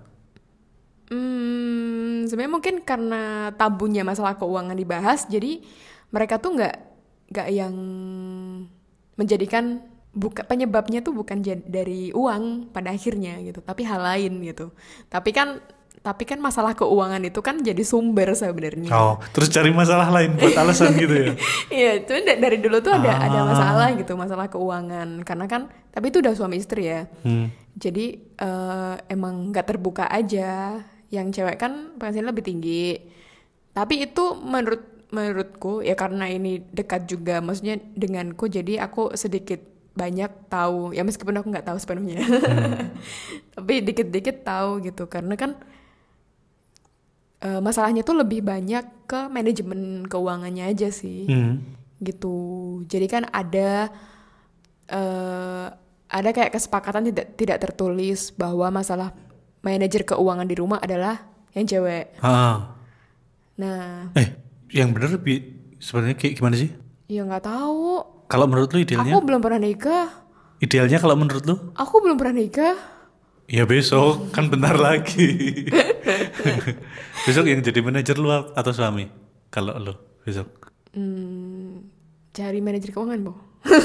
S1: Sebenarnya mungkin karena tabunya masalah keuangan dibahas, jadi mereka tuh nggak yang menjadikan penyebabnya tuh bukan dari uang pada akhirnya gitu, tapi hal lain gitu. Tapi kan masalah keuangan itu kan jadi sumber sebenarnya.
S2: Oh, terus cari masalah lain buat alasan gitu ya?
S1: Iya, cuman dari dulu tuh ada masalah gitu, masalah keuangan. Karena kan, tapi itu udah suami istri ya. Jadi emang nggak terbuka aja. Yang cewek kan penghasilan lebih tinggi. Tapi itu menurutku ya karena ini dekat juga, maksudnya denganku, jadi aku sedikit banyak tahu ya, meskipun aku nggak tahu sepenuhnya. Tapi dikit-dikit tahu gitu, karena kan masalahnya tuh lebih banyak ke manajemen keuangannya aja sih. Gitu. Jadi kan ada kayak kesepakatan tidak tertulis bahwa masalah manajer keuangan di rumah adalah yang cewek. Nah.
S2: Yang bener sebenarnya kayak gimana sih?
S1: Ya nggak tahu.
S2: Kalau menurut lu idealnya?
S1: Aku belum pernah nikah.
S2: Idealnya kalau menurut lu?
S1: Aku belum pernah nikah.
S2: Ya besok, kan bentar lagi. Besok yang jadi manajer lu atau suami? Kalau lu besok?
S1: Cari manajer keuangan, Bo.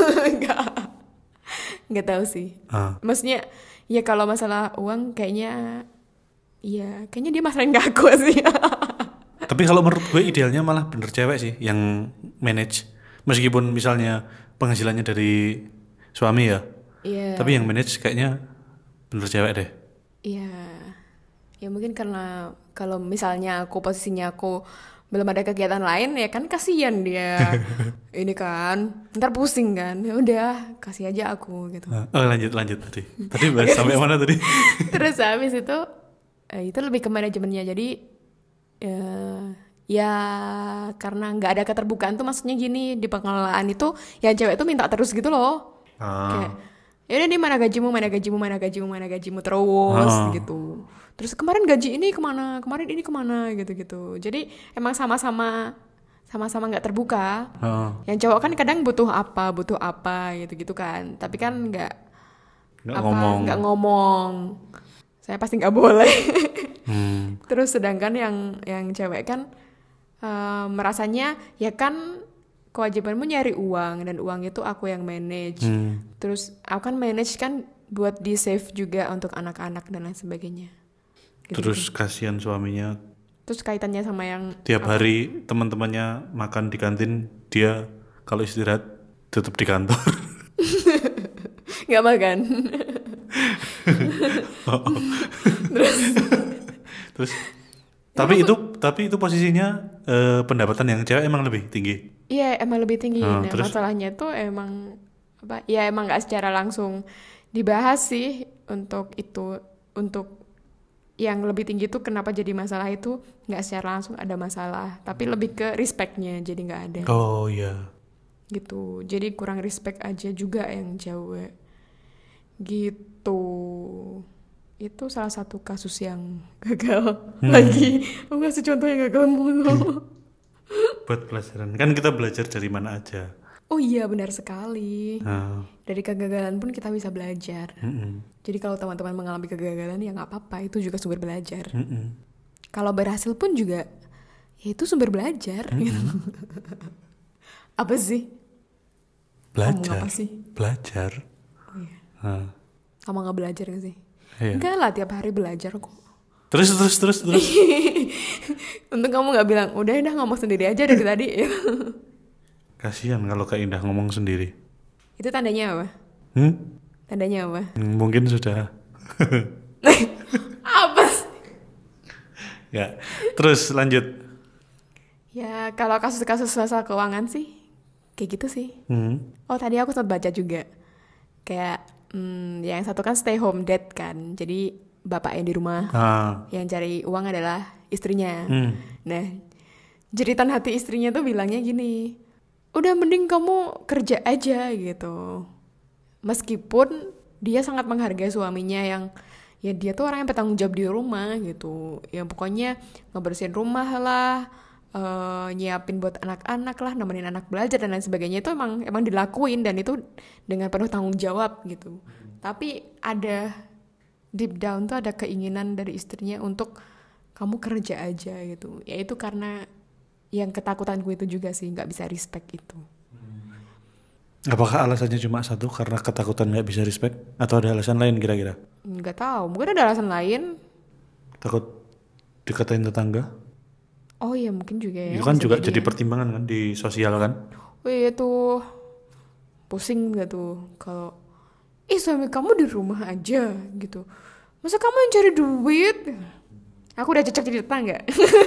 S1: Nggak tahu sih. Maksudnya, ya kalau masalah uang kayaknya dia masalahin ke aku sih.
S2: Tapi kalau menurut gue idealnya malah bener cewek sih yang manage. Meskipun misalnya penghasilannya dari suami ya.
S1: Iya.
S2: Tapi yang manage kayaknya bener cewek deh.
S1: Iya. Ya mungkin karena kalau misalnya posisinya aku belum ada kegiatan lain ya kan kasihan dia. Ini kan ntar pusing kan. Ya udah kasih aja aku gitu.
S2: Lanjut tadi. Tadi bahas sampai mana tadi?
S1: Terus habis itu lebih ke manajemennya. Jadi ya karena nggak ada keterbukaan tuh, maksudnya gini, di pengelolaan itu yang cewek tuh minta terus gitu loh. Kayak yaudah nih mana gajimu terus gitu. Terus kemarin gaji ini kemana, kemarin ini kemana gitu. Jadi emang sama-sama nggak terbuka. Yang cowok kan kadang butuh apa gitu kan, tapi kan nggak ngomong. Saya pasti nggak boleh. Terus sedangkan yang cewek kan merasanya ya kan kewajibanmu nyari uang dan uang itu aku yang manage. Terus aku kan manage kan buat di save juga untuk anak-anak dan lain sebagainya. Gitu.
S2: Terus kasihan suaminya.
S1: Terus kaitannya sama yang
S2: tiap hari teman-temannya makan di kantin, dia kalau istirahat tetap di kantor.
S1: Nggak makan.
S2: Terus tapi itu posisinya pendapatan yang cewek emang lebih tinggi.
S1: Iya, emang lebih tinggi. Nah,
S2: terus?
S1: Masalahnya tuh emang ya emang nggak secara langsung dibahas sih untuk itu, untuk yang lebih tinggi tuh kenapa jadi masalah itu nggak secara langsung ada masalah, tapi lebih ke respectnya jadi nggak ada.
S2: Oh iya.
S1: Gitu, jadi kurang respect aja juga yang cewek. Gitu. Itu salah satu kasus yang gagal. Lagi aku ngasih contoh yang gagal mulu.
S2: Buat pelajaran, kan kita belajar dari mana aja.
S1: Oh iya, benar sekali. Dari kegagalan pun kita bisa belajar. Jadi kalau teman-teman mengalami kegagalan ya nggak apa-apa, itu juga sumber belajar. Kalau berhasil pun juga ya itu sumber belajar. Apa sih?
S2: Belajar.
S1: Apa sih?
S2: Belajar.
S1: Oh iya. Kamu nggak belajar gak sih?
S2: Iya.
S1: Enggak lah, tiap hari belajar kok.
S2: Terus.
S1: Untung kamu nggak bilang udah ngomong sendiri aja dari tadi.
S2: Kasihan kalau Kak Indah ngomong sendiri.
S1: Itu tandanya apa? Tandanya apa?
S2: Mungkin sudah.
S1: Apa sih?
S2: Ya, terus lanjut.
S1: Ya kalau kasus-kasus masalah keuangan sih kayak gitu sih. Oh tadi aku sempat baca juga. Kayak yang satu kan stay home dad kan. Jadi bapak yang di rumah. Yang cari uang adalah istrinya. Nah, jeritan hati istrinya tuh bilangnya gini, udah mending kamu kerja aja gitu. Meskipun dia sangat menghargai suaminya yang ya dia tuh orang yang bertanggung jawab di rumah gitu. Ya pokoknya ngebersihin rumah lah, nyiapin buat anak-anak lah, nemenin anak belajar dan lain sebagainya, itu emang dilakuin dan itu dengan penuh tanggung jawab gitu. Tapi ada deep down tuh ada keinginan dari istrinya untuk kamu kerja aja gitu. Ya itu karena yang ketakutanku itu juga sih, nggak bisa respect itu.
S2: Apakah alasannya cuma satu, karena ketakutan nggak bisa respect, atau ada alasan lain kira-kira?
S1: Nggak tahu, mungkin ada alasan lain.
S2: Takut dikatain tetangga?
S1: Oh iya mungkin juga ya.
S2: Itu kan juga jadi pertimbangan kan di sosial kan?
S1: Oh iya tuh, pusing gak tuh kalau suami kamu di rumah aja gitu. Masa kamu yang cari duit? Aku udah cocok jadi tetangga.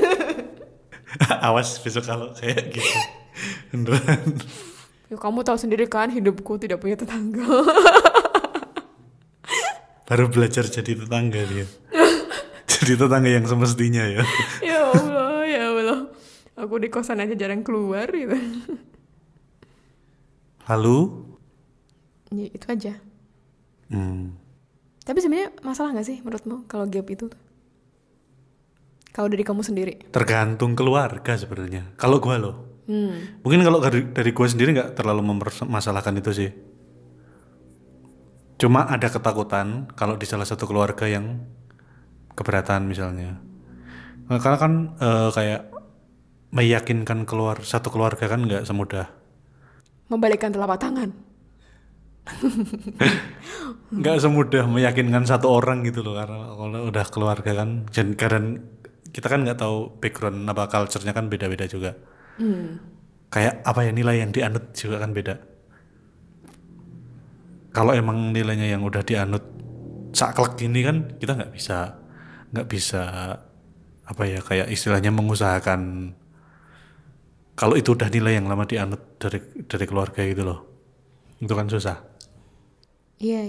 S2: Awas besok kalau kayak gitu. Beneran.
S1: Ya kamu tahu sendiri kan hidupku tidak punya tetangga.
S2: Baru belajar jadi tetangga dia. Jadi tetangga yang semestinya ya.
S1: Ya Allah. Aku di kosan aja jarang keluar gitu.
S2: Lalu?
S1: Ya itu aja. Tapi sebenarnya masalah nggak sih menurutmu kalau gap itu?
S2: Kalau
S1: dari kamu sendiri?
S2: Tergantung keluarga sebenarnya. Kalau gue loh. Mungkin kalau dari gue sendiri nggak terlalu mempermasalahkan itu sih. Cuma ada ketakutan kalau di salah satu keluarga yang keberatan misalnya. Karena kan kayak meyakinkan satu keluarga kan nggak semudah
S1: membalikkan telapak tangan.
S2: Nggak semudah meyakinkan satu orang gitu loh, karena kalau udah keluarga kan, karena kita kan nggak tahu background apa culture-nya kan beda-beda juga. Kayak apa ya nilai yang dianut juga kan beda. Kalau emang nilainya yang udah dianut saklek gini kan kita nggak bisa apa ya kayak istilahnya mengusahakan kalau itu udah nilai yang lama dianut dari keluarga gitu loh. Itu kan susah.
S1: Iya.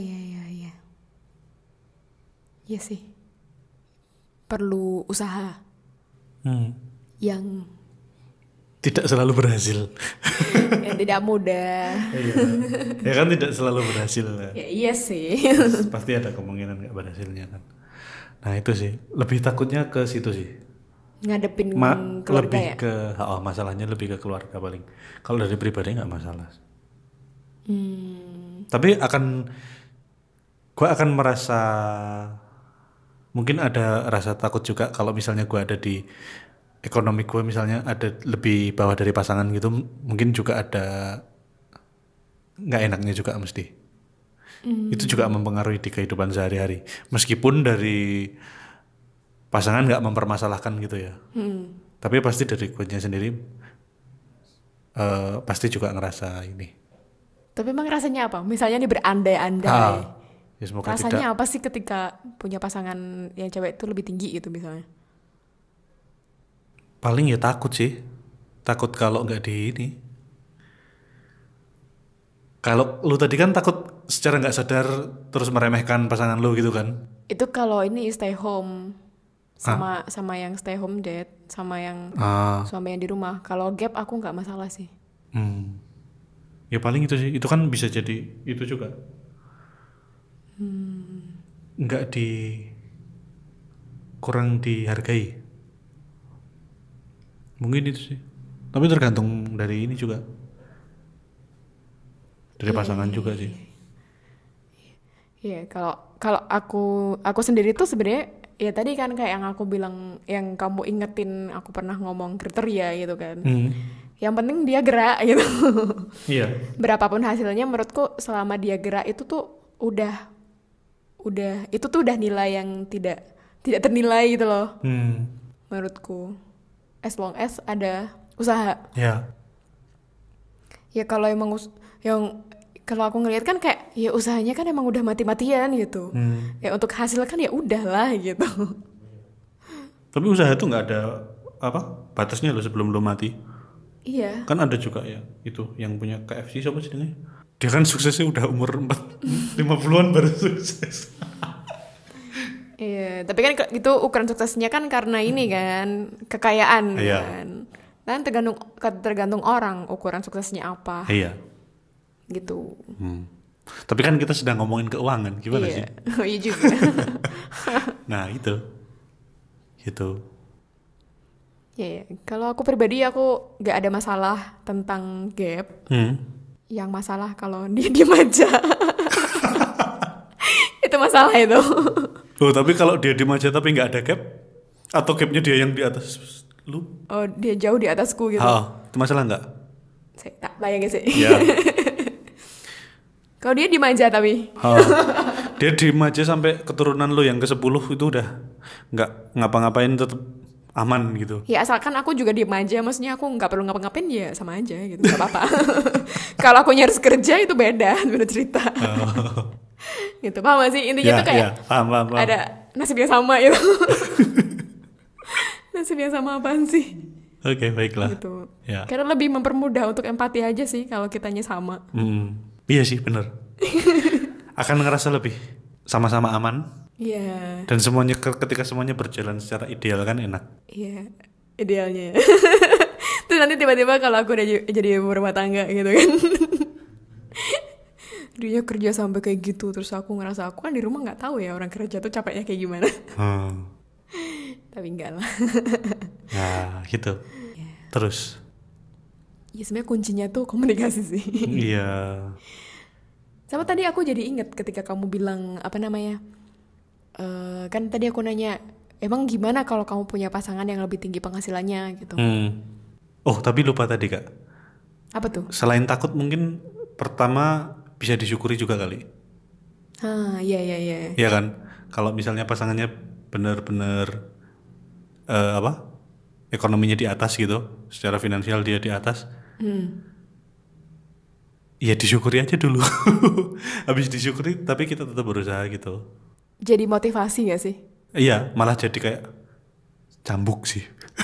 S1: Iya sih. Perlu usaha. Yang
S2: tidak selalu berhasil.
S1: Yang tidak mudah.
S2: Iya. Ya kan tidak selalu berhasil.
S1: Ya, iya sih.
S2: Pasti ada kemungkinan nggak berhasilnya kan. Nah itu sih. Lebih takutnya ke situ sih.
S1: Ngadepin keluarga
S2: lebih
S1: ya?
S2: Masalahnya lebih ke keluarga paling. Kalau dari pribadi nggak masalah. Tapi gue akan merasa mungkin ada rasa takut juga kalau misalnya gue ada di ekonomi gue misalnya ada lebih bawah dari pasangan gitu, mungkin juga ada nggak enaknya juga mesti. Itu juga mempengaruhi di kehidupan sehari-hari. Meskipun dari pasangan nggak mempermasalahkan gitu ya, tapi pasti dari gue sendiri pasti juga ngerasa ini.
S1: Tapi emang rasanya apa? Misalnya nih berandai-andai.
S2: Ya
S1: rasanya apa sih ketika punya pasangan yang cewek itu lebih tinggi gitu misalnya?
S2: Paling ya takut sih. Takut kalau nggak di ini. Kalau lu tadi kan takut secara nggak sadar terus meremehkan pasangan lu gitu kan?
S1: Itu kalau ini stay home sama yang stay home dad, sama yang suami yang di rumah. Kalau gap aku nggak masalah sih.
S2: Ya paling itu sih. Itu kan bisa jadi itu juga. Nggak kurang dihargai. Mungkin itu sih. Tapi tergantung dari ini juga. Dari pasangan juga sih.
S1: Iya, kalau aku sendiri tuh sebenarnya ya tadi kan kayak yang aku bilang, yang kamu ingetin aku pernah ngomong kriteria gitu kan. Yang penting dia gerak gitu.
S2: Iya.
S1: Berapapun hasilnya menurutku selama dia gerak itu tuh udah itu tuh udah nilai yang tidak ternilai gitu loh. Menurutku. As long as ada usaha.
S2: Iya.
S1: Ya kalau emang kalau aku ngelihat kan kayak ya usahanya kan emang udah mati-matian gitu. Ya untuk hasil kan ya udahlah gitu.
S2: Tapi usaha itu nggak ada batasnya loh sebelum lo mati.
S1: Iya.
S2: Kan ada juga ya itu yang punya KFC siapa sih ini? Dia kan suksesnya udah umur 50-an baru sukses.
S1: Iya, tapi kan itu ukuran suksesnya kan karena ini kan kekayaan kan. Dan tergantung orang ukuran suksesnya apa.
S2: Iya.
S1: Gitu.
S2: Tapi kan kita sedang ngomongin keuangan, gimana sih?
S1: Oh iya juga.
S2: Nah itu. Gitu.
S1: Ya, kalau aku pribadi aku nggak ada masalah tentang gap. Yang masalah kalau dia diem aja. Itu masalah itu.
S2: Oh tapi kalau dia diem aja tapi nggak ada gap, atau gapnya dia yang di atas lu?
S1: Oh dia jauh di atasku gitu.
S2: Itu masalah nggak?
S1: Saya tak bayangin sih.
S2: Ya.
S1: Kalau dia diem aja tapi.
S2: Dia diem aja sampai keturunan lu yang ke-10 itu udah nggak ngapa-ngapain tetap aman gitu.
S1: Ya asalkan aku juga diem aja, maksudnya aku nggak perlu ngapa-ngapain ya sama aja gitu, nggak apa-apa. Kalau aku harus kerja itu beda cerita. Gitu, paham gak sih? Intinya tuh kayak
S2: paham.
S1: ada nasib yang sama gitu. Nasib yang sama apaan sih?
S2: Oke, baiklah
S1: gitu.
S2: Ya.
S1: Karena lebih mempermudah untuk empati aja sih kalau kitanya sama.
S2: Iya sih bener. Akan ngerasa lebih sama-sama aman.
S1: Iya.
S2: Dan semuanya ketika semuanya berjalan secara ideal kan enak.
S1: Iya, idealnya. Terus nanti tiba-tiba kalau aku udah jadi ibu rumah tangga gitu kan. Dia kerja sampai kayak gitu, terus aku ngerasa aku kan di rumah nggak tahu ya orang kerja tuh capeknya kayak gimana. Tapi enggak lah.
S2: Nah gitu. Terus?
S1: Ya sebenarnya kuncinya tuh komunikasi sih.
S2: Iya.
S1: Sama tadi aku jadi inget ketika kamu bilang apa namanya, kan tadi aku nanya, emang gimana kalau kamu punya pasangan yang lebih tinggi penghasilannya gitu.
S2: Oh tapi lupa tadi Kak.
S1: Apa tuh?
S2: Selain takut mungkin pertama bisa disyukuri juga kali.
S1: Iya.
S2: Iya kan? Kalau misalnya pasangannya benar-benar ekonominya di atas gitu, secara finansial dia di atas, ya disyukuri aja dulu. Habis disyukuri, tapi kita tetap berusaha gitu.
S1: Jadi motivasi gak sih?
S2: Iya, malah jadi kayak cambuk sih.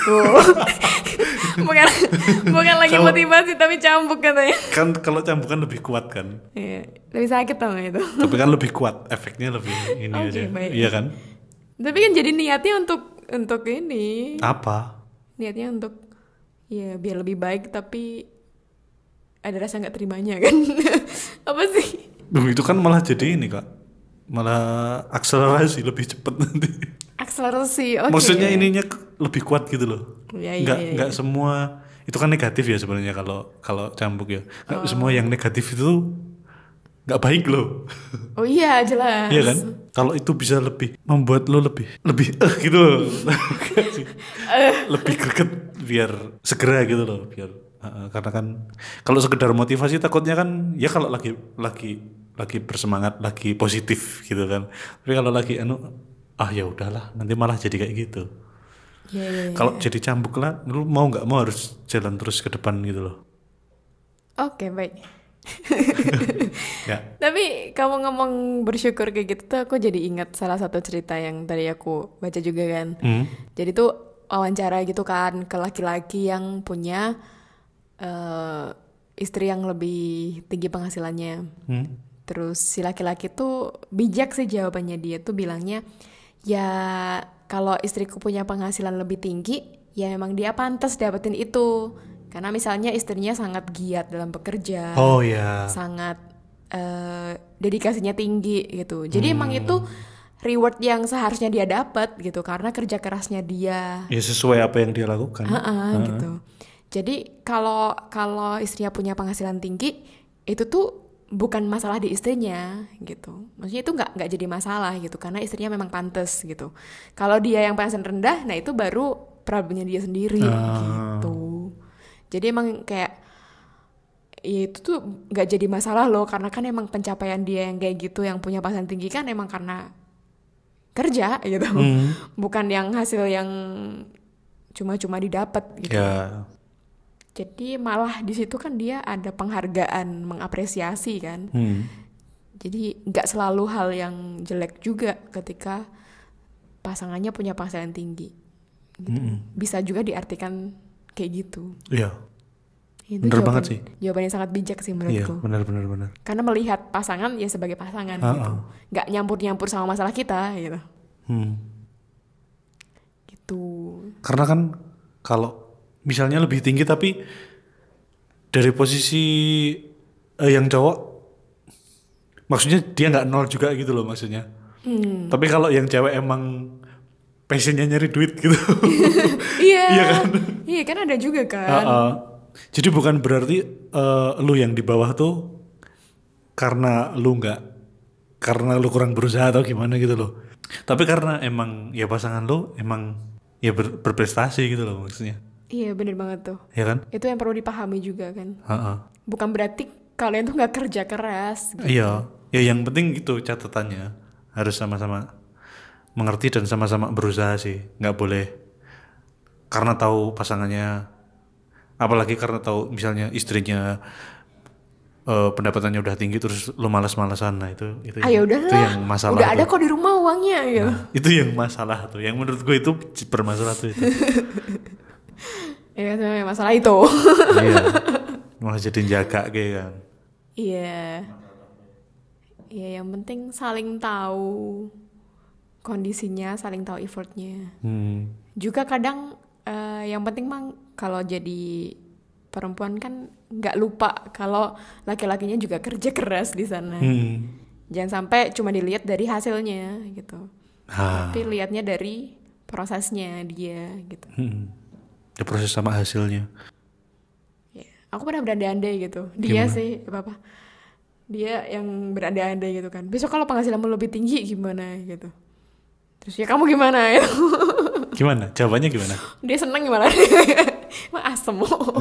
S1: bukan lagi motivasi tapi cambuk katanya.
S2: Kan kalau cambuk kan lebih kuat kan?
S1: Iya, lebih sakit tau gak itu?
S2: Tapi kan lebih kuat, efeknya lebih ini aja.
S1: Baik.
S2: Iya kan?
S1: Tapi kan jadi niatnya untuk ini.
S2: Apa?
S1: Niatnya untuk ya biar lebih baik tapi ada rasa nggak terimanya kan. Apa sih?
S2: Itu kan malah jadi ini Kak, malah akselerasi lebih cepat nanti.
S1: Akselerasi, oke.
S2: Maksudnya ininya lebih kuat gitu loh.
S1: Nggak
S2: semua itu kan negatif ya sebenarnya kalau cambuk ya. Nggak semua yang negatif itu nggak baik loh.
S1: Oh iya jelas.
S2: Iya kan? Kalau itu bisa lebih membuat lo lebih gitu loh. Lebih greget biar segera gitu loh, biar karena kan kalau sekedar motivasi takutnya kan ya kalau lagi bersemangat, lagi positif gitu kan. Tapi kalau lagi ya udahlah, nanti malah jadi kayak gitu.
S1: Yeah.
S2: Kalau jadi cambuk lah, lu mau nggak mau harus jalan terus ke depan gitu loh.
S1: Oke, baik.
S2: Ya.
S1: Tapi kamu ngomong bersyukur kayak gitu tuh aku jadi ingat salah satu cerita yang tadi aku baca juga kan. Jadi tuh wawancara gitu kan ke laki-laki yang punya istri yang lebih tinggi penghasilannya. Terus si laki-laki tuh bijak sih jawabannya, dia tuh bilangnya ya kalau istriku punya penghasilan lebih tinggi ya memang dia pantas dapetin itu. Karena misalnya istrinya sangat giat dalam bekerja, sangat dedikasinya tinggi gitu. Jadi emang itu reward yang seharusnya dia dapat gitu karena kerja kerasnya dia.
S2: Ya sesuai apa yang dia lakukan.
S1: Gitu. Jadi kalau istrinya punya penghasilan tinggi itu tuh bukan masalah di istrinya gitu. Maksudnya itu nggak jadi masalah gitu karena istrinya memang pantas gitu. Kalau dia yang penghasilan rendah, nah itu baru problemnya dia sendiri gitu. Jadi emang kayak ya itu tuh gak jadi masalah loh karena kan emang pencapaian dia yang kayak gitu yang punya penghasilan tinggi kan emang karena kerja gitu. Bukan yang hasil yang cuma-cuma didapat gitu. Jadi malah di situ kan dia ada penghargaan, mengapresiasi kan. Jadi gak selalu hal yang jelek juga ketika pasangannya punya penghasilan tinggi gitu. Bisa juga diartikan kayak gitu.
S2: Iya.
S1: Itu
S2: bener banget sih.
S1: Jawabannya sangat bijak sih menurutku.
S2: Iya, benar.
S1: Karena melihat pasangan ya sebagai pasangan gitu. Nggak nyampur-nyampur sama masalah kita gitu. Gitu.
S2: Karena kan kalau misalnya lebih tinggi tapi dari posisi yang cowok, maksudnya dia nggak nol juga gitu loh maksudnya. Tapi kalau yang cewek emang passionnya nyari duit gitu.
S1: Iya kan? Iya kan ada juga kan.
S2: Jadi bukan berarti lu yang di bawah tuh karena lu kurang berusaha atau gimana gitu loh. Tapi karena emang ya pasangan lu emang ya berprestasi gitu loh maksudnya.
S1: Iya benar banget tuh.
S2: Ya kan?
S1: Itu yang perlu dipahami juga kan. Bukan berarti kalian tuh nggak kerja keras. Gitu.
S2: Iya. Ya yang penting gitu catatannya harus sama-sama mengerti dan sama-sama berusaha sih. Nggak boleh karena tahu pasangannya, apalagi karena tahu misalnya istrinya pendapatannya udah tinggi terus lo malas-malasan. Nah itu yang masalah.
S1: Udah ada kok di rumah uangnya gitu.
S2: Nah, itu yang masalah tuh. Yang menurut gue itu bermasalah tuh itu.
S1: Ya masalah itu.
S2: Iya. Malah jadi jaga kayak kan.
S1: Iya. Ya yang penting saling tahu kondisinya, saling tahu effortnya. Juga kadang yang penting mang kalau jadi perempuan kan nggak lupa kalau laki-lakinya juga kerja keras di sana. Jangan sampai cuma dilihat dari hasilnya gitu. Tapi lihatnya dari prosesnya dia gitu.
S2: Ya, proses sama hasilnya.
S1: Ya, aku pernah berandai-andai gitu. Dia
S2: Gimana?
S1: sih apa? Dia yang berandai-andai gitu kan. Besok kalau penghasilanmu lebih tinggi gimana gitu. Terus ya kamu gimana ya?
S2: Gimana? Jawabannya gimana?
S1: Dia seneng gimana? Emang asem.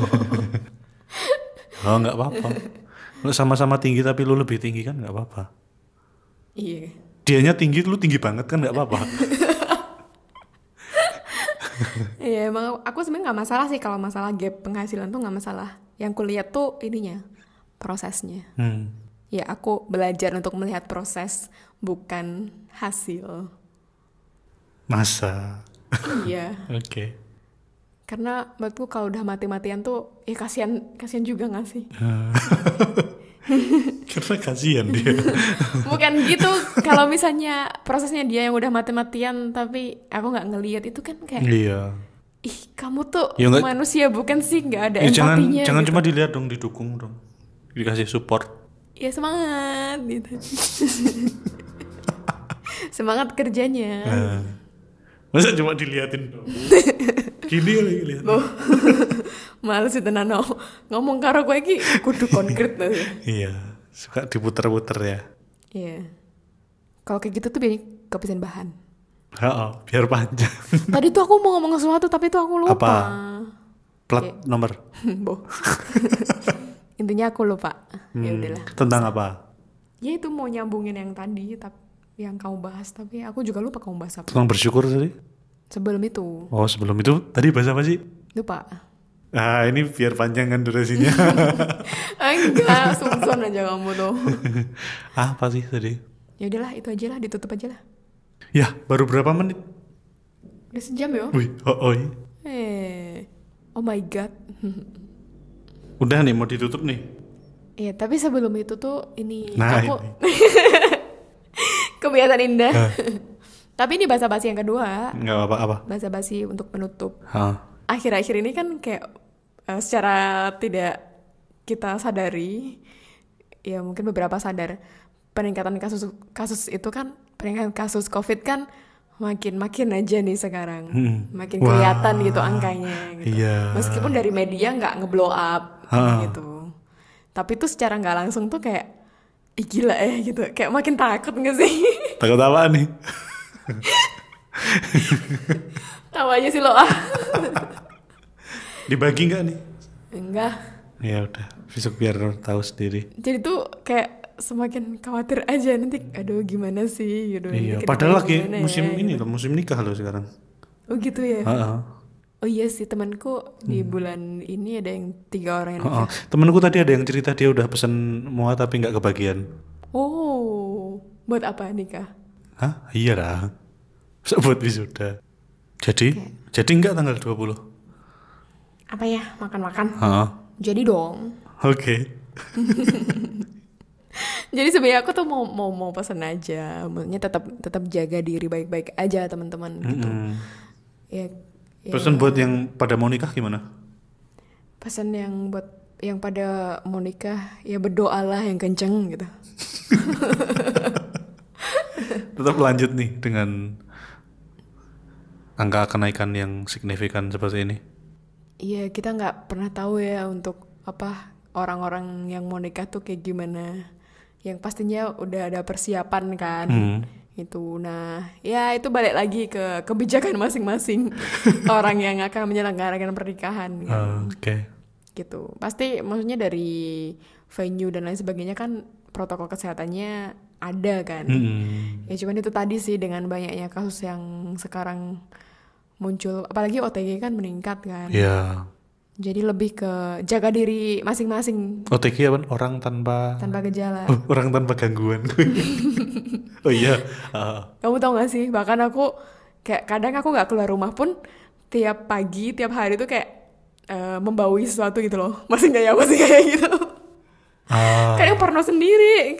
S2: Oh, nggak apa-apa. Lu sama-sama tinggi tapi lu lebih tinggi kan nggak apa-apa.
S1: Iya.
S2: Dianya tinggi, lu tinggi banget kan nggak apa-apa.
S1: Iya emang aku sebenarnya nggak masalah sih kalau masalah gap penghasilan tuh nggak masalah. Yang kulihat tuh ininya prosesnya. Ya aku belajar untuk melihat proses bukan hasil.
S2: Masa?
S1: Iya.
S2: Oke.
S1: Karena menurutku kalau udah mati-matian tuh ya kasihan juga nggak sih?
S2: Karena kasihan dia.
S1: Bukan gitu. Kalau misalnya prosesnya dia yang udah mati-matian tapi aku nggak ngelihat itu kan kayak
S2: Iya.
S1: ih kamu tuh
S2: Ya, nggak-
S1: manusia bukan sih, nggak ada
S2: Ya,
S1: empatinya
S2: jangan
S1: gitu.
S2: cuma dilihat dong, didukung dong. Dikasih support.
S1: Ya semangat gitu. Semangat kerjanya.
S2: Masa cuma diliatin dong. Gini lagi lihat.
S1: Males itu nano ngomong karo gue iki kudu konkret tuh.
S2: Iya, suka diputer-puter ya.
S1: Iya. Kalau kayak gitu tuh biasanya kehabisan bahan.
S2: Oh, biar panjang.
S1: Tadi tuh aku mau ngomong sesuatu tapi tuh aku lupa.
S2: Apa? Plat nomor.
S1: Boh. Intinya aku lupa. Ya udahlah.
S2: Tentang apa?
S1: Ya itu mau nyambungin yang tadi tapi yang kamu bahas tapi aku juga lupa kamu bahas apa.
S2: Tentang bersyukur tadi?
S1: Sebelum itu.
S2: Oh, sebelum itu tadi bahas apa sih?
S1: Lupa.
S2: Ah, ini biar panjang kan durasinya.
S1: Enggak, sungson aja kamu tuh.
S2: Apa sih tadi?
S1: Ya udahlah, itu aja lah, ditutup aja lah.
S2: Ya, baru berapa menit?
S1: Udah sejam ya?
S2: Wih, iya.
S1: Oh my god.
S2: Udah nih, mau ditutup nih.
S1: Iya, tapi sebelum itu tuh ini
S2: Nah,
S1: aku
S2: ini.
S1: kebiasaan indah. Tapi ini basa-basi yang kedua.
S2: Nggak apa-apa.
S1: Basa-basi untuk penutup.
S2: Hah.
S1: Akhir-akhir ini kan kayak secara tidak kita sadari, ya mungkin beberapa sadar, peningkatan kasus itu kan, peningkatan kasus COVID kan makin aja nih sekarang. Makin kelihatan gitu angkanya gitu.
S2: Iya.
S1: Meskipun dari media nggak ngeblow up gitu. Tapi tuh secara nggak langsung tuh kayak ih gila gitu. Kayak makin takut nggak sih?
S2: Takut apa nih?
S1: Tahu aja sih lo
S2: Dibagi nggak nih?
S1: Enggak.
S2: Ya udah, besok biar tahu sendiri.
S1: Jadi tuh kayak semakin khawatir aja nanti aduh gimana sih gitu.
S2: Iya,
S1: Nanti
S2: padahal lagi
S1: kedepannya gimana
S2: musim
S1: ya,
S2: ini
S1: gitu.
S2: loh, musim nikah loh sekarang.
S1: Oh gitu ya.
S2: Heeh.
S1: Oh iya sih temanku di bulan ini ada yang 3 orang yang
S2: Heeh.
S1: nikah.
S2: Temenku tadi ada yang cerita dia udah pesen mua tapi nggak kebagian.
S1: Oh, buat apa nikah?
S2: Hah? Iya lah. Buat wisuda. Jadi nggak tanggal 20?
S1: Apa ya? Makan-makan.
S2: Heeh.
S1: Jadi dong.
S2: Oke.
S1: Jadi sebenarnya aku tuh mau pesan aja, maksudnya tetap jaga diri baik-baik aja teman-teman gitu. Ya,
S2: Pesan buat yang pada mau nikah gimana?
S1: pesan yang buat yang pada mau nikah ya berdoalah yang kenceng gitu.
S2: Tetap lanjut nih dengan angka kenaikan yang signifikan seperti ini.
S1: Iya kita nggak pernah tahu ya untuk apa orang-orang yang mau nikah tuh kayak gimana. Yang pastinya udah ada persiapan kan. Itu nah ya itu balik lagi ke kebijakan masing-masing orang yang akan menyelenggarakan pernikahan kan.
S2: Oke.
S1: Gitu pasti maksudnya dari venue dan lain sebagainya kan protokol kesehatannya ada kan. Ya cuman itu tadi sih dengan banyaknya kasus yang sekarang muncul apalagi OTG kan meningkat kan.
S2: Iya.
S1: Jadi lebih ke jaga diri masing-masing
S2: OTG apa? Orang tanpa
S1: gejala.
S2: orang tanpa gangguan. Oh iya.
S1: Kamu tau gak sih bahkan aku kayak kadang aku nggak keluar rumah pun tiap pagi tiap hari tuh kayak membaui sesuatu gitu loh. Masih kayak gitu. Kayak porno sendiri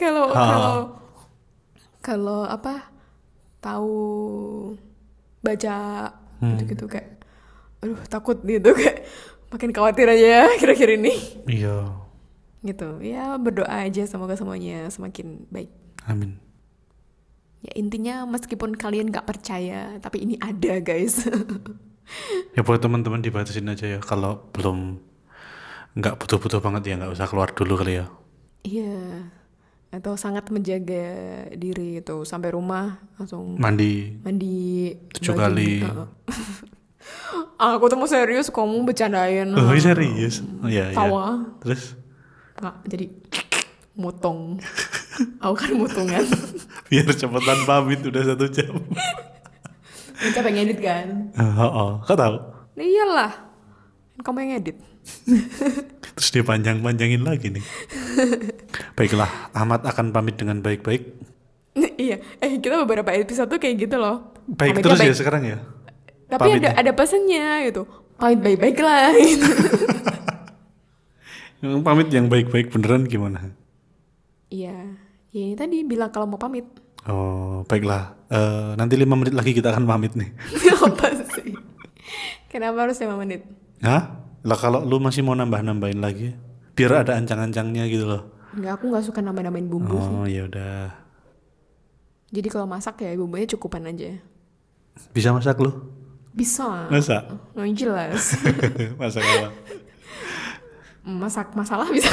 S1: kalau apa tahu baca gitu kayak aduh takut gitu kayak makin khawatir aja ya kira-kira ini.
S2: Iya.
S1: Gitu ya berdoa aja semoga semuanya semakin baik.
S2: Amin.
S1: Ya intinya meskipun kalian gak percaya, tapi ini ada guys.
S2: Ya buat teman-teman dibatasin aja ya, kalau belum nggak butuh-butuh banget ya nggak usah keluar dulu kali ya.
S1: Iya, atau sangat menjaga diri itu sampai rumah langsung
S2: mandi 7 kali.
S1: Aku tuh mau serius, kamu bercandain.
S2: Oh serius? Oh iya.
S1: Tawa.
S2: Terus?
S1: Nggak, jadi motong. Aku kan motongan.
S2: Biar cepetan pamit udah 1 jam.
S1: Capek ngedit kan?
S2: Kau tahu?
S1: Iyalah, kamu yang ngedit.
S2: Terus dia panjangin lagi nih. Baiklah, Ahmad akan pamit dengan baik-baik.
S1: Iya, kita beberapa episode tuh kayak gitu loh.
S2: Baik
S1: Pamitnya
S2: terus
S1: baik.
S2: Ya sekarang ya.
S1: Tapi ada pesannya gitu. Pamit baik-baik lah. Gitu.
S2: Pamit yang baik-baik beneran gimana?
S1: Iya, ya ini tadi bilang kalau mau pamit.
S2: Oh, baiklah. Nanti 5 menit lagi kita akan pamit nih.
S1: Apa sih? Kenapa harus 5 menit?
S2: Hah? Lah kalau lu masih mau nambah-nambahin lagi, biar ada ancang-ancangnya gitu loh.
S1: Enggak, aku nggak suka nambah-nambahin bumbu sih.
S2: Oh, ya udah.
S1: Jadi kalau masak ya bumbunya cukupan aja.
S2: Bisa masak lu?
S1: Bisa.
S2: Masak?
S1: Oh, jelas.
S2: Masak apa?
S1: Masak masalah bisa.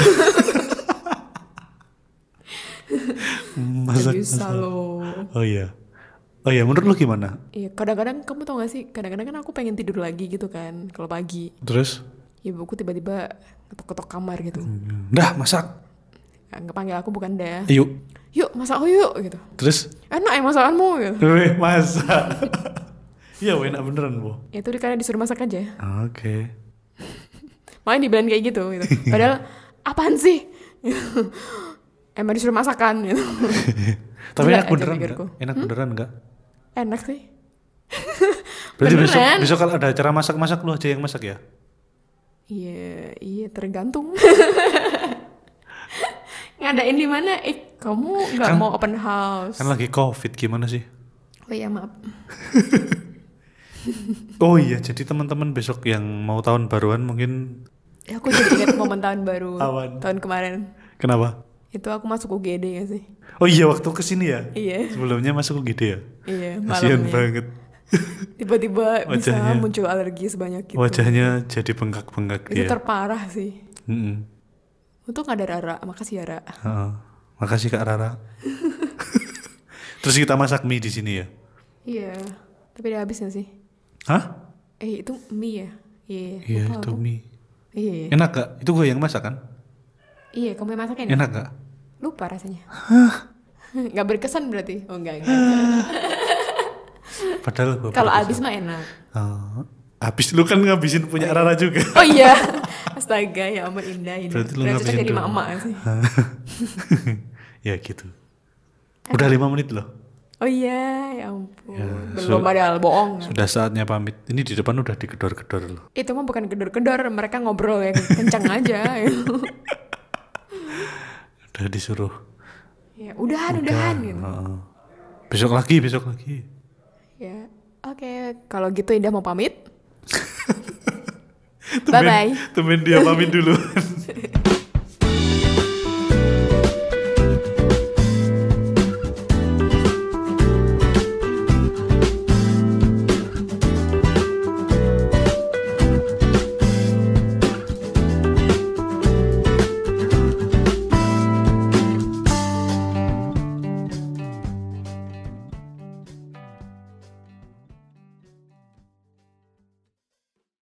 S2: Masak
S1: bisa loh.
S2: Oh iya. Oh iya, menurut lu gimana?
S1: Iya, kadang-kadang kamu tau gak sih, kadang-kadang kan aku pengen tidur lagi gitu kan, kalau pagi.
S2: Terus?
S1: Ya ibuku tiba-tiba ketok-ketok kamar gitu.
S2: Dah, masak.
S1: Nggak panggil aku bukan dah.
S2: Yuk.
S1: Yuk, masak yuk gitu.
S2: Terus?
S1: Enak ya masakanmu gitu.
S2: Weh, masak. Iya, enak beneran, Bu.
S1: Ya itu karena disuruh masak aja.
S2: Oke.
S1: Makanya dibilang kayak gitu. Padahal, apaan sih? Emang disuruh masakan gitu.
S2: Tapi
S1: Gila
S2: enak beneran
S1: aja
S2: enggak? Enak beneran enggak?
S1: Enak sih.
S2: Berarti
S1: Beneran.
S2: besok kalau ada acara masak-masak lu aja yang masak ya?
S1: Iya tergantung. Ngadain di mana? Kamu nggak mau open house?
S2: Kan lagi COVID gimana sih?
S1: Oh iya maaf.
S2: Oh iya, jadi teman-teman besok yang mau tahun baruan mungkin.
S1: Ya, aku jadi ingat momen tahun baru.
S2: Awan.
S1: Tahun kemarin.
S2: Kenapa?
S1: Itu aku masuk UGD gak sih?
S2: Oh iya, waktu kesini ya?
S1: Iya.
S2: Sebelumnya masuk UGD ya?
S1: Iya,
S2: Kasian
S1: malamnya.
S2: banget.
S1: Tiba-tiba bisa
S2: Wajahnya.
S1: muncul alergi sebanyak itu.
S2: Wajahnya jadi bengkak-bengkak
S1: Itu
S2: dia.
S1: terparah sih.
S2: Mm-mm.
S1: Untung gak ada Rara, makasih ya Ra.
S2: Heeh. Makasih Kak Rara. Terus kita masak mie di sini ya?
S1: Iya, tapi udah habis gak sih?
S2: Hah?
S1: Itu mie ya?
S2: Iya,
S1: lupa
S2: itu
S1: aku.
S2: mie.
S1: Iya.
S2: Enak gak? Itu gue yang masak kan?
S1: Iya, kamu yang masakin ya?
S2: Enak gak?
S1: Lupa rasanya. Gak berkesan berarti? Oh enggak.
S2: Padahal gue
S1: Kalau habis mah enak.
S2: habis lu kan ngabisin punya Rara juga.
S1: Oh iya. Astaga, ya ampun indah ini.
S2: Berarti lu
S1: Berarti
S2: ngabisin
S1: jadi
S2: dulu.
S1: mama sih.
S2: Ya gitu. Udah 5 menit loh.
S1: Oh iya, ya ampun.
S2: Ya,
S1: Belum ada bohong.
S2: Sudah saatnya pamit. Ini di depan udah digedor-gedor loh.
S1: Itu mah bukan gedor-gedor, mereka ngobrol yang kencang aja.
S2: Udah disuruh.
S1: Ya, udahan gitu.
S2: Besok lagi.
S1: Ya, oke. Kalau gitu Indah mau pamit. Bye-bye.
S2: Temen dia pamit dulu.